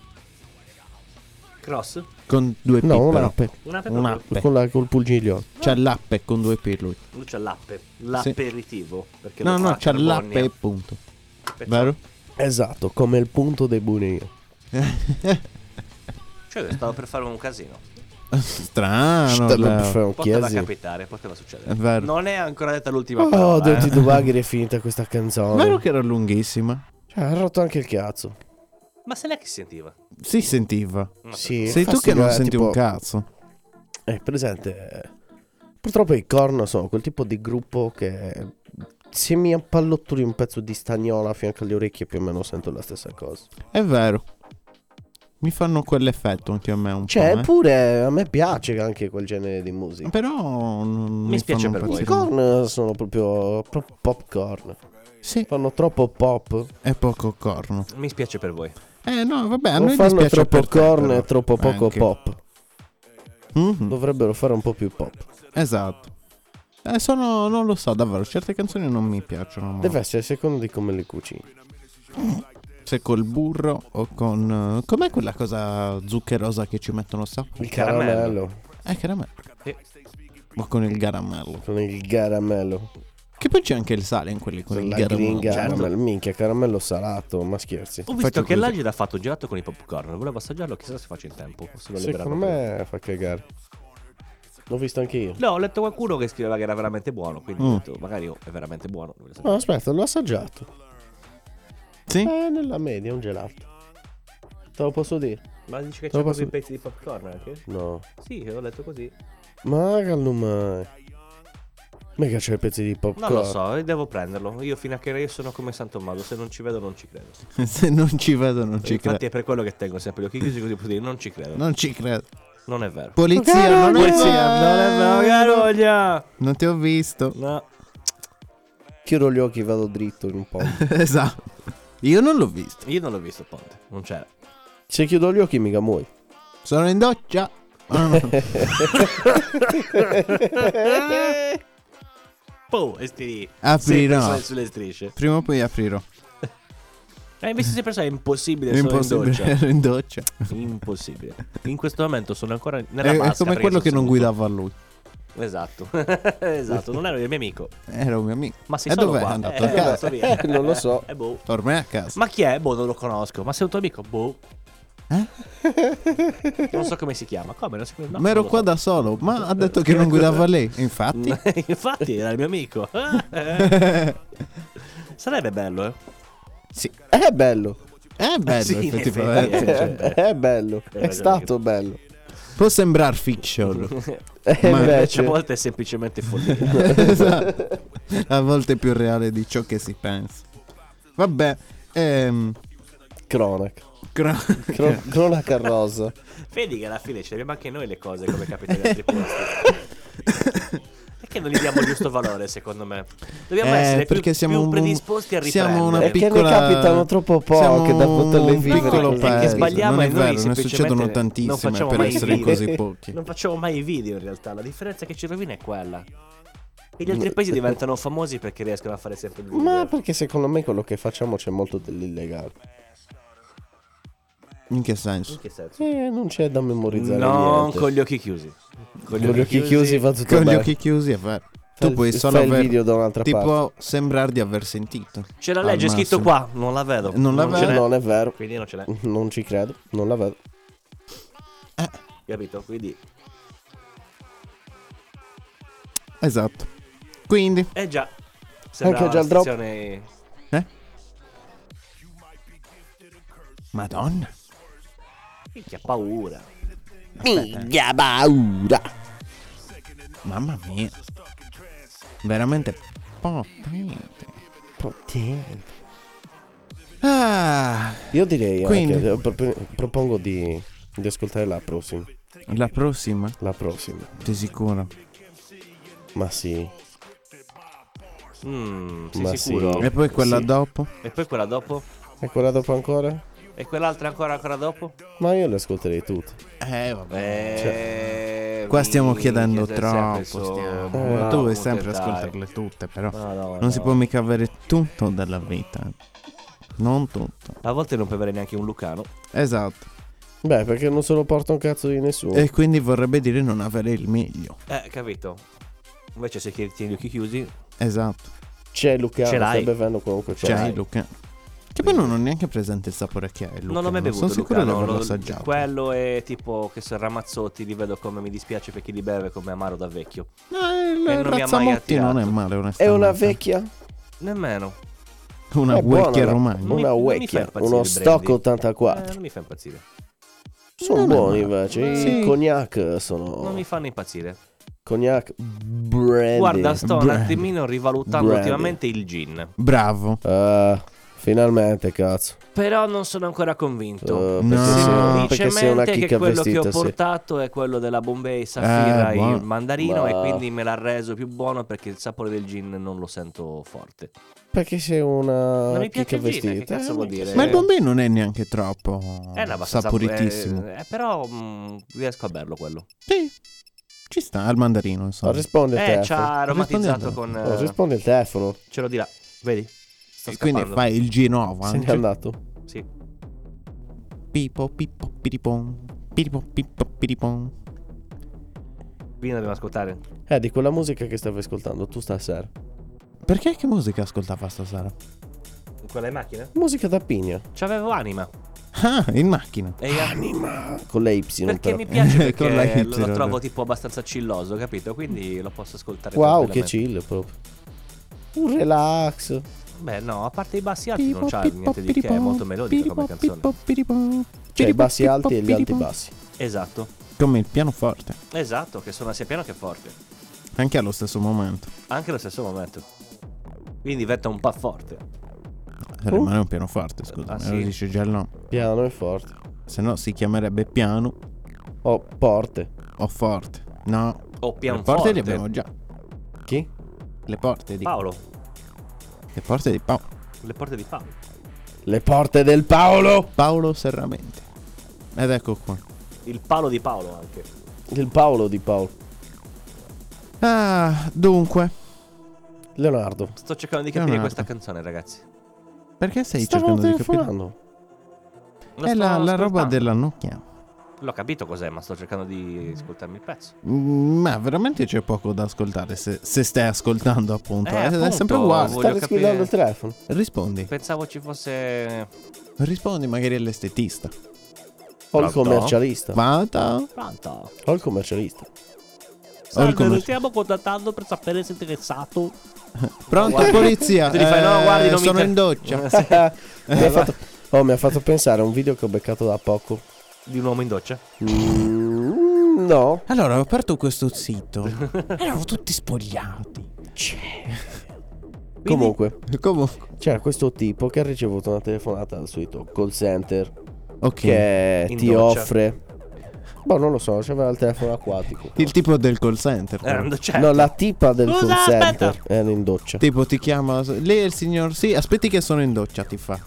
Cross? Con due P No, però. un'app. Una Un'app. Con la, col pulgiglione. C'è l'app con due P lui. Lui c'ha l'appe. L'aperitivo. Perché No, lo no, fa a c'è l'app Carbonia. e punto. Perciò- Vero? Esatto, come il punto dei bunio. Cioè, stavo per fare un casino. Strano. Stavo Leo. per fare un Poteva chiesi. capitare, poteva È succedere. vero. Non è ancora detta l'ultima Oh, parola. Dirty eh. Dubagher è finita questa canzone. Vero che era lunghissima? Cioè, ha rotto anche il cazzo. Ma se lei che si sentiva? Si sentiva. Ma Sì. Sei tu che fastidio, non eh, senti tipo- un cazzo. È presente. eh, Purtroppo i Korn sono quel tipo di gruppo che se mi appallotturi un pezzo di stagnola a fianco alle orecchie più o meno sento la stessa cosa. È vero. Mi fanno quell'effetto anche a me un Cioè, po'. eh. pure a me piace anche quel genere di musica. Però non Mi spiace fanno per voi. I impazzire. Korn sono proprio, proprio popcorn. Sì, Fanno troppo pop. è poco corno. Mi spiace per voi. Eh no, vabbè, a Non noi fanno dispiace troppo per te, corn però. e troppo poco Anche. pop. Mhm, Dovrebbero fare un po' più pop. esatto. Eh, sono, non lo so, davvero, certe canzoni non mi piacciono molto. Deve essere secondo di come le cucini. Se col burro o con... eh, com'è quella cosa zuccherosa che ci mettono sopra? Il caramello. caramello. Eh, caramello. Sì. O con il caramello. Con il caramello. Che poi c'è anche il sale in quelli con il La caramello. green certo. caramel. Minchia, caramello salato. Ma scherzi. Ho visto Faccio che così. l'Agile ha fatto gelato con i popcorn. Volevo assaggiarlo, chissà se faccio in tempo. Se lo Secondo liberano. me fa cagare. L'ho visto anche io. No, ho letto qualcuno che scriveva che era veramente buono. Quindi Mm. ho detto, magari oh, è veramente buono. non lo so. No, aspetta, l'ho assaggiato. Sì? Eh, nella media, un gelato. Te lo posso dire? Ma dici che Te lo c'è proprio posso- i pezzi di popcorn anche? No. Sì, ho letto così. Ma calma mai. Mica c'è pezzi di popcorn. Non lo so, eh, devo prenderlo. Io fino a che io sono come San Tommaso. Se non ci vedo, non ci credo. Se non ci vedo non ci Infatti credo. è per quello che tengo sempre gli occhi chiusi, così posso dire non ci credo. Non ci credo. Non è vero. Polizia, non è Polizia, vero. non è vero, Garogna! Non ti ho visto. No. Chiudo gli occhi e vado dritto in un po'. Esatto. Io non l'ho visto. Io non l'ho visto il ponte, non c'era. Se chiudo gli occhi mica muoio. Sono in doccia. Ah, no. Puh, e sti Aprirò. sempre sulle strisce. Prima o poi aprirò. Eh, invece sempre sai, è impossibile, sono in Impossibile. doccia. Ero in doccia. Impossibile. In questo momento sono ancora nella È, è vasca. come perché quello che sono non seduto. guidava lui. Esatto. Esatto, non ero il mio amico. Era un mio amico. Ma sei E solo dov'è? qua? È andato Eh, a casa. è andato via. Eh, non lo so. Eh, boh. Ormai a casa. Ma chi è? Boh, non lo conosco. Ma sei un tuo amico? Boh. Eh? Non so come si chiama. Come? Non si... no, Ma ero non lo qua so. da solo. Ma ha detto che non guidava lei. Infatti. Infatti era il mio amico. Sarebbe bello, eh. Sì. È bello. È bello, Sì, in effettivamente. effetti, È, è bello. Hai È ragione. stato bello. Può sembrare fiction. E Ma Invece invece a volte è semplicemente follia. Esatto. A volte è più reale di ciò che si pensa. Vabbè. Ehm. cronaca. cro- Cro- cronaca rosa. Vedi che alla fine ci abbiamo anche noi le cose come capita negli altri posti. Perché non gli diamo il giusto valore, secondo me? Dobbiamo Eh, essere più, perché siamo più un- predisposti a siamo una riprendere. Perché ne piccola- capitano troppo siamo poche da poterle un vivere. piccolo così. paese. Che sbagliamo non è e noi vero, ne semplicemente succedono non tantissime facciamo per mai essere video. così pochi. Non facciamo mai i video in realtà. La differenza che ci rovina è quella. E gli altri paesi diventano famosi perché riescono a fare sempre il video. Ma perché secondo me quello che facciamo c'è molto dell'illegale. In che senso? In che senso? Eh, non c'è da memorizzare Non niente. con gli occhi chiusi. Con gli occhi chiusi fa tutto Con gli bene. occhi chiusi è vero. Fai Tu puoi il- solo fai il aver... video da un'altra Ti parte. può sembrare di aver sentito. C'è la Al legge scritto massimo. qua, non la vedo. Non la ce vedo. n'è. Non è vero. Quindi non ce n'è. Non ci credo. Non la vedo. Capito? Quindi. Esatto. Quindi, Eh già. Sembra Anche già il la drop. stazione- Madonna. Minchia, paura. Minchia paura. Mamma mia. Veramente potente. Potente. Ah, Io direi Quindi- anche, pro- propongo di, di ascoltare la prossima. la prossima? La prossima. Sei sicuro? Ma sì. Mm, sei Ma sicuro? sì. E poi quella Sì. dopo? E poi quella dopo? E quella dopo ancora? E quell'altra ancora ancora dopo? Ma io le ascolterei tutte. Eh vabbè. Eh, Qua stiamo minchia, chiedendo sei troppo. sempre Stiamo. sotto. Eh, Ma tu vuoi sempre dai. ascoltarle tutte, però. No, no, Non no. si può mica avere tutto dalla vita. Non tutto. A volte non puoi avere neanche un Lucano. Esatto. Beh, perché non se lo porta un cazzo di nessuno. E quindi vorrebbe dire non avere il meglio. Eh, capito? Invece se ti tieni gli occhi chiusi. Esatto. C'è Luca, Ce l'hai? stai bevendo comunque. Ce C'hai l'hai. Luca. Che poi non ho neanche presente il sapore che ha il Luca. Non ho mai bevuto Sono sicuro di Lucano, averlo lo- assaggiato. Quello è tipo che se Ramazzotti li vedo come mi dispiace per chi li beve come amaro da vecchio. No, E il non mi ha mai Razzamotti attirato. non è male, È onestamente. una vecchia? Nemmeno. Una È buona, vecchia la- romagna. Non mi- Una non mi fa vecchia, impazzire uno il stock brandy. Eh, ottantaquattro. non mi fa impazzire. Sono non è buoni male. invece. Sì. I cognac sono. Non mi fanno impazzire. Cognac brandy. Guarda, sto un Brandy. attimino rivalutando Brandy. ultimamente il gin. Bravo. Ah, finalmente, cazzo. Però non sono ancora convinto. Uh, No. perché, sei, perché sei una Semplicemente che chicca quello vestita, che ho sì. portato è quello della Bombay Saffira, Eh, buono. il mandarino, Ma- e quindi me l'ha reso più buono perché il sapore del gin non lo sento forte. Perché sei una Non mi piace chicca il gin, che vestita. cazzo Eh, vuol dire? Ma il Bombay non è neanche troppo È una abbastanza saporitissimo. eh, eh, però mm, riesco a berlo quello. Sì. Ci sta, al mandarino, Oh, insomma. risponde il Eh, telefono. ci ha aromatizzato Rispondi con Oh, eh, risponde il telefono. ce lo dirà. Vedi? Sta E quindi scappando. fai il giro Se n'è avanti. andato. Sì. Pipo, pipo, piripon. Pipo, pipo, piripon. Quindi dobbiamo ascoltare. Eh, di quella musica che stavi ascoltando tu stasera. Perché che musica ascoltava stasera? Quella in macchina? Musica da pigna. C'avevo anima. Ah, in macchina. E io- Anima. Con la Y perché però. mi piace, Con la perché Y, lo, lo trovo vabbè. tipo abbastanza chilloso, capito? Quindi lo posso ascoltare. Wow, che tranquillamente. chill proprio. Un relax. Beh, no, a parte i bassi alti non Pipo, c'ha pipo, niente di che, è piripon. molto melodica come Pipo, canzone. pipo, piripon. Cioè i Pipo, bassi pipo, alti e gli alti piripon. bassi. Esatto. Come il pianoforte. Esatto, che suona sia piano che forte. Anche allo stesso momento. Anche allo stesso momento. Quindi diventa un po' forte. Rimane un pianoforte, scusa. Ah, me sì? lo dice già il nome. Piano e forte. Se no si chiamerebbe piano Oh, porte. o forte. No. O Le pianoforte. porte le abbiamo già. Chi? Le porte di Paolo. Le porte di Paolo. Le porte di Paolo. Le porte del Paolo. Paolo Serramenti. Ed ecco qua. Il palo di Paolo anche. Il Paolo di Paolo. Ah, dunque. Leonardo. Sto cercando di capire Leonardo. questa canzone, ragazzi. Perché stai Stavo cercando di capire? telefonando. Lo È sto la, la roba ascoltando. della Nokia. L'ho capito cos'è, ma sto cercando di ascoltarmi il pezzo. Mm, Ma veramente c'è poco da ascoltare se, se stai ascoltando, appunto. Eh, è, è appunto, sempre uguale. voglio Stai capire- squillando il telefono. Rispondi. Pensavo ci fosse. Rispondi magari all'estetista. O il Pronto? commercialista. Vada. Pronto. O il commercialista. Salve, lo stiamo contattando per sapere se è interessato. Pronto, Guardi. polizia. Tu gli fai, no, Eh, guardi, non mi sono inter- in doccia. mi, ha fatto, oh, mi ha fatto pensare a un video che ho beccato da poco. Di un uomo in doccia? Mm, no. Allora, ho aperto questo sito. Erano tutti spogliati. Comunque, Comunque. c'era questo tipo che ha ricevuto una telefonata dal suo call center Ok. che In ti doccia. offre. Boh, non lo so, c'aveva il telefono acquatico. Il tipo del call center. Era in doccia. No, la tipa del Scusa, call center aspetta. era in doccia. Tipo ti chiama. Lei è il signor. Sì, aspetti che sono in doccia, ti fa.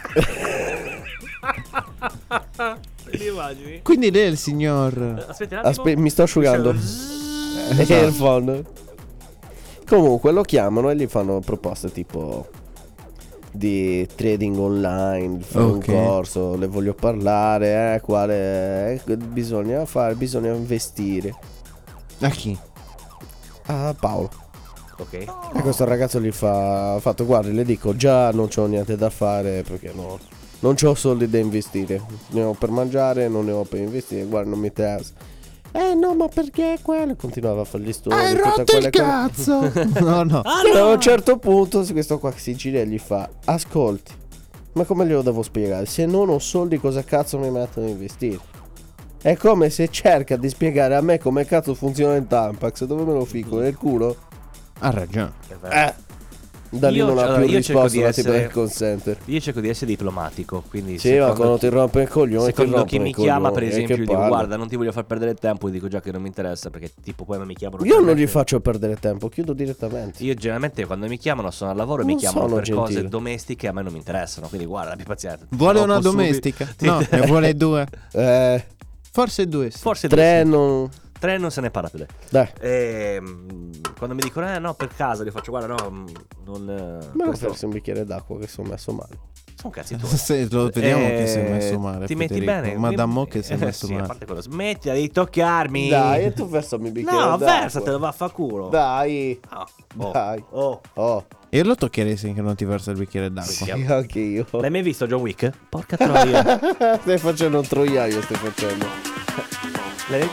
Ti immagini? Quindi lei è il signor. Aspetti un attimo. Aspe- mi sto asciugando. Esatto. Airphone. Comunque lo chiamano e gli fanno proposte tipo di trading online, fare Ok. un corso, le voglio parlare, eh, quale eh, bisogna fare, bisogna investire. A chi? Ah, Paolo. Ok. E questo ragazzo gli fa, ha fatto, guardi, le dico, già non c'ho niente da fare perché no, non c'ho soldi da investire, ne ho per mangiare, non ne ho per investire, guarda, non mi interessa. Eh no, ma perché quello? Continuava a fare gli studi. Hai tutte rotto quelle il cose. cazzo! No, no. A un certo punto questo qua si gira e gli fa, ascolti, ma come glielo devo spiegare? Se non ho soldi cosa cazzo mi mettono a investire? È come se cerca di spiegare a me come cazzo funziona il Tampax, dove me lo fico, nel culo? Ha ragione. È vero. Eh, Da lì Io- non ha allora, più io cerco risposto di da tipo essere- del call center. Io cerco di essere diplomatico, quindi Sì, ma secondo quando chi- ti rompe il coglione, ti secondo rompe chi mi il chiama, coglione, per e esempio, che gli dico palle. guarda, non ti voglio far perdere tempo, gli dico già che non mi interessa perché tipo poi mi chiamano. Io non gli generalmente- faccio perdere tempo, chiudo direttamente. Io generalmente quando mi chiamano sono al lavoro e Non mi chiamano sono per cose gentile. domestiche, a me non mi interessano, quindi guarda, abbi pazienza. Vuole Troppo una subito. domestica? Ti- No, ne vuole due. Eh, Forse due. sì. Forse tre due, non... sì. Tre non se ne parla più. dai. Dai, Ehm, quando mi dicono eh no per caso, gli faccio guarda no, mm, non eh, ma non questo- farsi un bicchiere d'acqua che sono messo male. sono cazzi tuoi. Sì, lo vediamo Eh, che si è messo male. Ti metti Federico. bene? Ma Mi- da mo' che si è eh, messo sì, a male. parte quello, smettila di toccarmi. Dai, e tu versami un bicchiere No, d'acqua. versatelo, va a fa culo. Dai. Ah, oh, Dai. oh. Oh, E lo toccherei che non ti versa il bicchiere d'acqua. Sì. io anche io. L'hai mai visto John Wick? Porca troia. Stai facendo un troiaio, stai facendo. L'hai-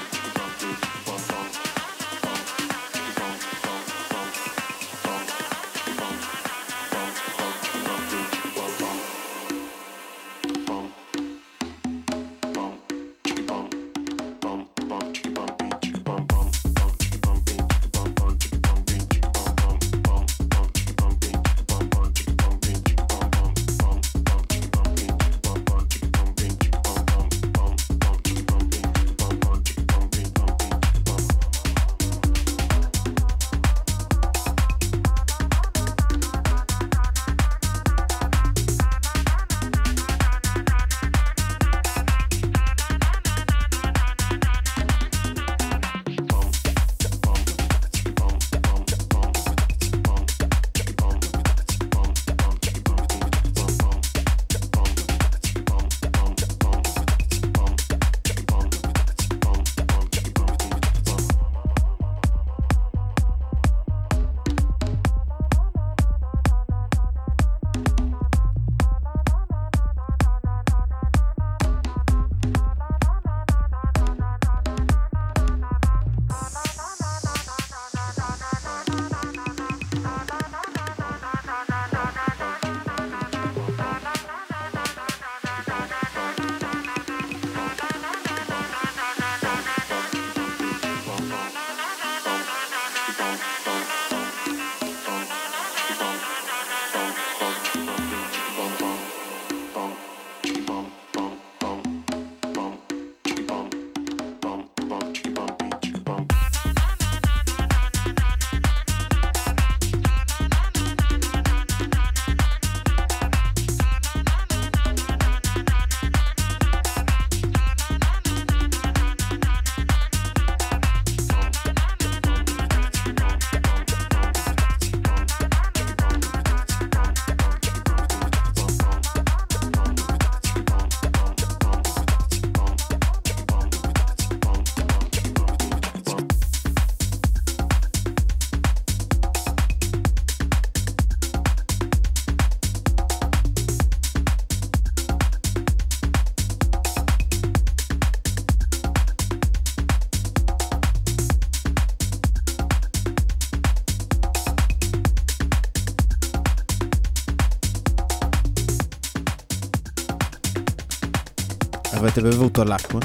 Avete bevuto l'acqua?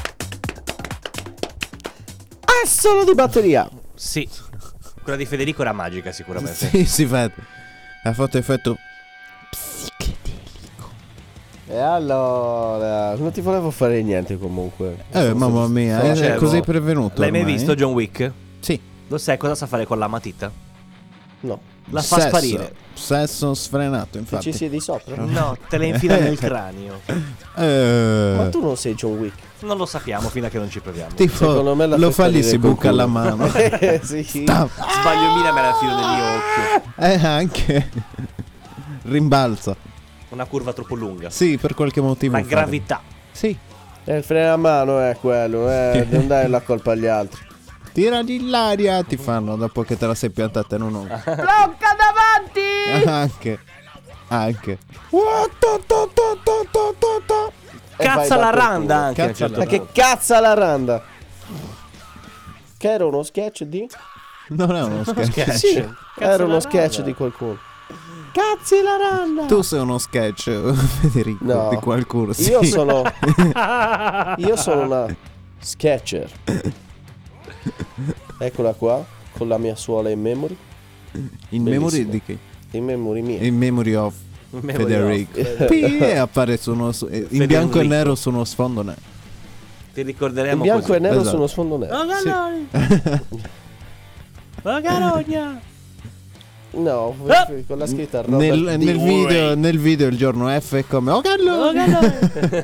Ah, solo di batteria. Sì. Quella di Federico era magica sicuramente. Sì, si vede. Ha fatto effetto. E allora, non ti volevo fare niente comunque. Eh, mamma mia, Sì, eh, dicevo, cos'hai prevenuto? L'hai mai ormai? visto John Wick? Sì. Lo sai cosa sa fare con la matita? No. La fa Sesso. sparire. Sesso sfrenato, Se infatti. ci siedi sopra. No, te la infila nel cranio. Eh, Ma tu non sei John Wick. Non lo sappiamo fino a che non ci proviamo. tipo, secondo me la lo festa fa lì, di si Re buca col la culo. mano. Eh, sì. Sta- Sbaglio mille me la infilo nell'occhio. Eh, anche. Rimbalza. Una curva troppo lunga. Sì, per qualche motivo. La fa- gravità. Sì. Eh, il freno a mano è quello, eh, non dare la colpa agli altri. Tira di l'aria, ti fanno dopo che te la sei piantata in un occhio. Blocca davanti! Anche. Anche. E vai Cazza la da quel randa culo. anche. a un Cazza certo Ma che punto. cazza la randa? Che era uno sketch di? Non è uno scherzo. Sketch. Sì, Cazzo era uno la sketch randa. di qualcuno. Cazzi la randa! Tu sei uno sketch, Federico, No. di qualcuno. Sì. Io sono Io sono una sketcher. Eccola qua, con la mia suola in memory. In Bellissimo. memoria di che? In memory mia. In memory of Memory Federico. of- P e appare su uno, su- eh, in bianco e nero su uno sfondo nero. Ti ricorderemo In bianco così. e nero Esatto. su uno sfondo nero. Oh, Galoni! Oh, Galogna! No, Ah! con la scritta Robert Nel, D. nel video, nel video il giorno F è come Oh gallo! Oh, Galoni!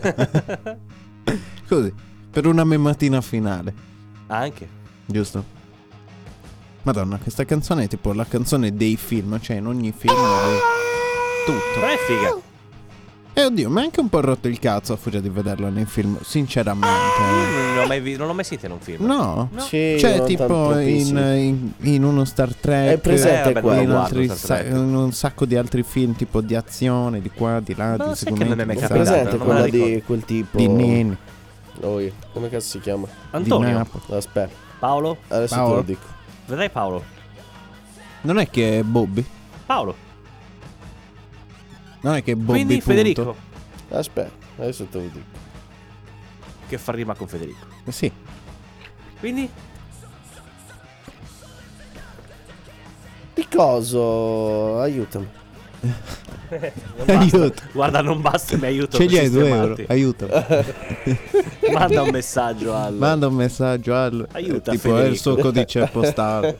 Così, per una mematina finale, Anche. giusto? Madonna, questa canzone è tipo la canzone dei film, cioè in ogni film è tutto. Però è figa. E oddio, mi ha anche un po' rotto il cazzo a furia di vederlo nei film, sinceramente. Non l'ho mai, vi- non l'ho mai sentito in un film. No, Sì, cioè non tipo tanto in, tropissimi. in, in uno Star Trek, È presente Eh, vabbè, qua. non in, lo guardo altri Star sa- Trek. in un sacco di altri film tipo di azione, di qua, di là, Ma di sai che non è mai seguimenti, È capitato, presente non me la quella di ricordo. quel tipo di Nini, Oh, io. Come cazzo si chiama? di Antonio. Napoli. Aspetta, Paolo. adesso te Paolo? lo dico. Vedrai Paolo. Non è che è Bobby? Paolo. Non è che è Bobby Quindi punto. Federico. Aspetta, adesso te lo dico. Che fa rima con Federico. Eh sì. Quindi? Di coso? Aiutami. Non basta. Aiuto. Guarda, non basta, mi aiuto Ce per li hai due euro, sistemarti. aiuto. Manda un messaggio al. Manda un messaggio al Aiuta, eh, tipo è il Federico. suo codice postale.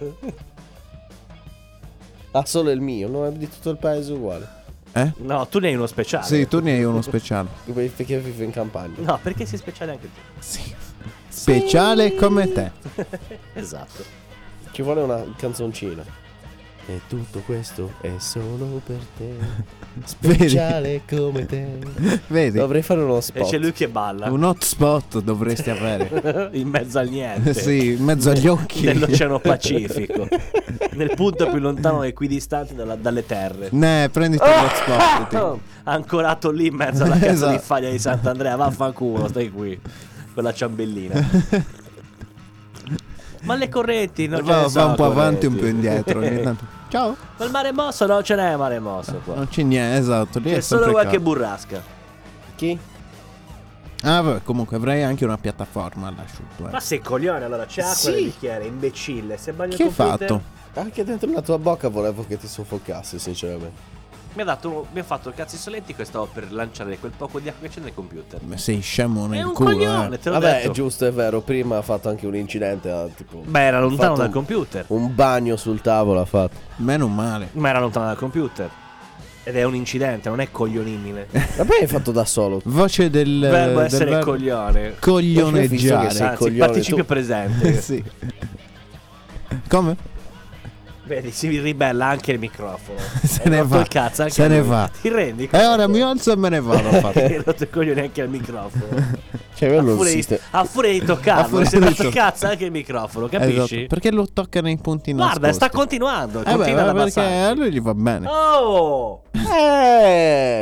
Ah, solo il mio, non è di tutto il paese uguale. Eh? No, tu ne hai uno speciale. Sì, tu ne hai uno speciale. Perché vivo in campagna. No, perché sei speciale anche tu. Sì. Speciale come te. Esatto. Ci vuole una canzoncina. E tutto questo è solo per te. Speciale come te. Vedi? Dovrei fare uno E spot. c'è lui che balla. Un hotspot dovresti avere. In mezzo al niente. Sì, in mezzo agli occhi. Nell'Oceano Pacifico. Nel punto più lontano e equidistante dalla- dalle terre. Ne, prenditi l'hotspot. tipo. Ancorato lì in mezzo alla casa Esatto. di Faglia di Sant'Andrea. Vaffanculo, stai qui. Con la ciambellina. Ma le correnti non ce Va, ne va sono un po' avanti, un po' correnti. indietro. ogni tanto. Ciao. Ma il mare mosso non ce n'è mare mosso qua. Non c'è niente, esatto. Lì è C'è solo sempre qualche caldo. burrasca. Chi? Ah, vabbè, comunque avrei anche una piattaforma all'asciutto. Eh. Ma sei coglione, allora c'è acqua Sì. nel bicchiere, imbecille. Se bagni il Che hai computer. fatto? Anche dentro la tua bocca volevo che ti soffocassi, sinceramente. Mi ha dato, mi ha fatto cazzi solenti che stavo per lanciare quel poco di acqua che c'è nel computer. Ma sei scemo È nel un culo, coglione, eh. te l'ho Vabbè, detto. è giusto, è vero. Prima ha fatto anche un incidente. Ha, tipo, Beh, era lontano fatto dal un- computer. un bagno sul tavolo ha fatto. Meno male. Ma era lontano dal computer. Ed è un incidente, non è coglionimile. Vabbè, è fatto da solo. Voce del Verbo del essere verbo coglione. Visto che coglioneggiare. sei- Anzi, coglione participio tu. presente. Sì. Come? Vedi, si ribella anche il microfono. Se Hai ne rotto va. il cazzo anche Se ne lui. va. Ti rendi? E ora mi alzo e me ne vado. Ho fatto. Hai rotto il coglione anche al microfono. Cioè, A quello furia, di, esiste. a furia di A toccarlo, furia si è di rotto il toc- cazzo anche il microfono, capisci? Esatto. Perché lo tocca nei punti nascosti. Guarda, sta continuando. Eh beh, Continua ad perché abbassare. a lui gli va bene. Oh! Eh!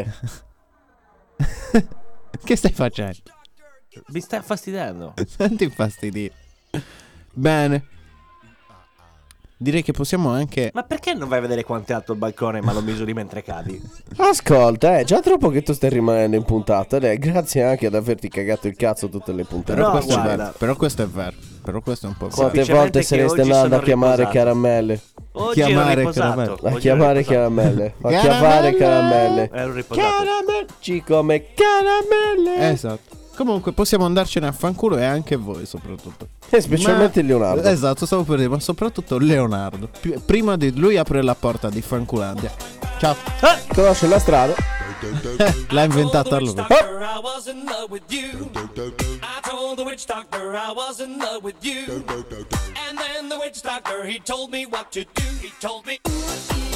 Che stai facendo? Mi stai fastidendo. Non ti infastidire. Bene. Direi che possiamo anche. Ma perché non vai a vedere quanto è alto il balcone ma lo misuri mentre cadi? Ascolta, è già troppo che tu stai rimanendo in puntata. Eh, grazie anche ad averti cagato il cazzo tutte le puntate. Però, No, questo è guarda. vero. Però questo è vero. Però questo è un po' vero. Quante semplicemente volte che sareste oggi andando a sono chiamare riposato. caramelle? Oggi Chiamare ero riposato. caramelle. A Oggi chiamare ero riposato. caramelle. A Caramelle! chiamare caramelle. Ero riposato. Caramelci come caramelle. Esatto. Comunque possiamo andarcene a fanculo e anche voi soprattutto. E specialmente Ma- Leonardo. Esatto, stavo per dire, ma soprattutto Leonardo. P- prima di lui apre la porta di Fanculandia. Ciao. Eh! Conosce la strada? L'ha inventata lui. Doctor, I was in love with you. I told the witch doctor I was in love with you. And then the witch doctor, he told me what to do. He told me, ooh,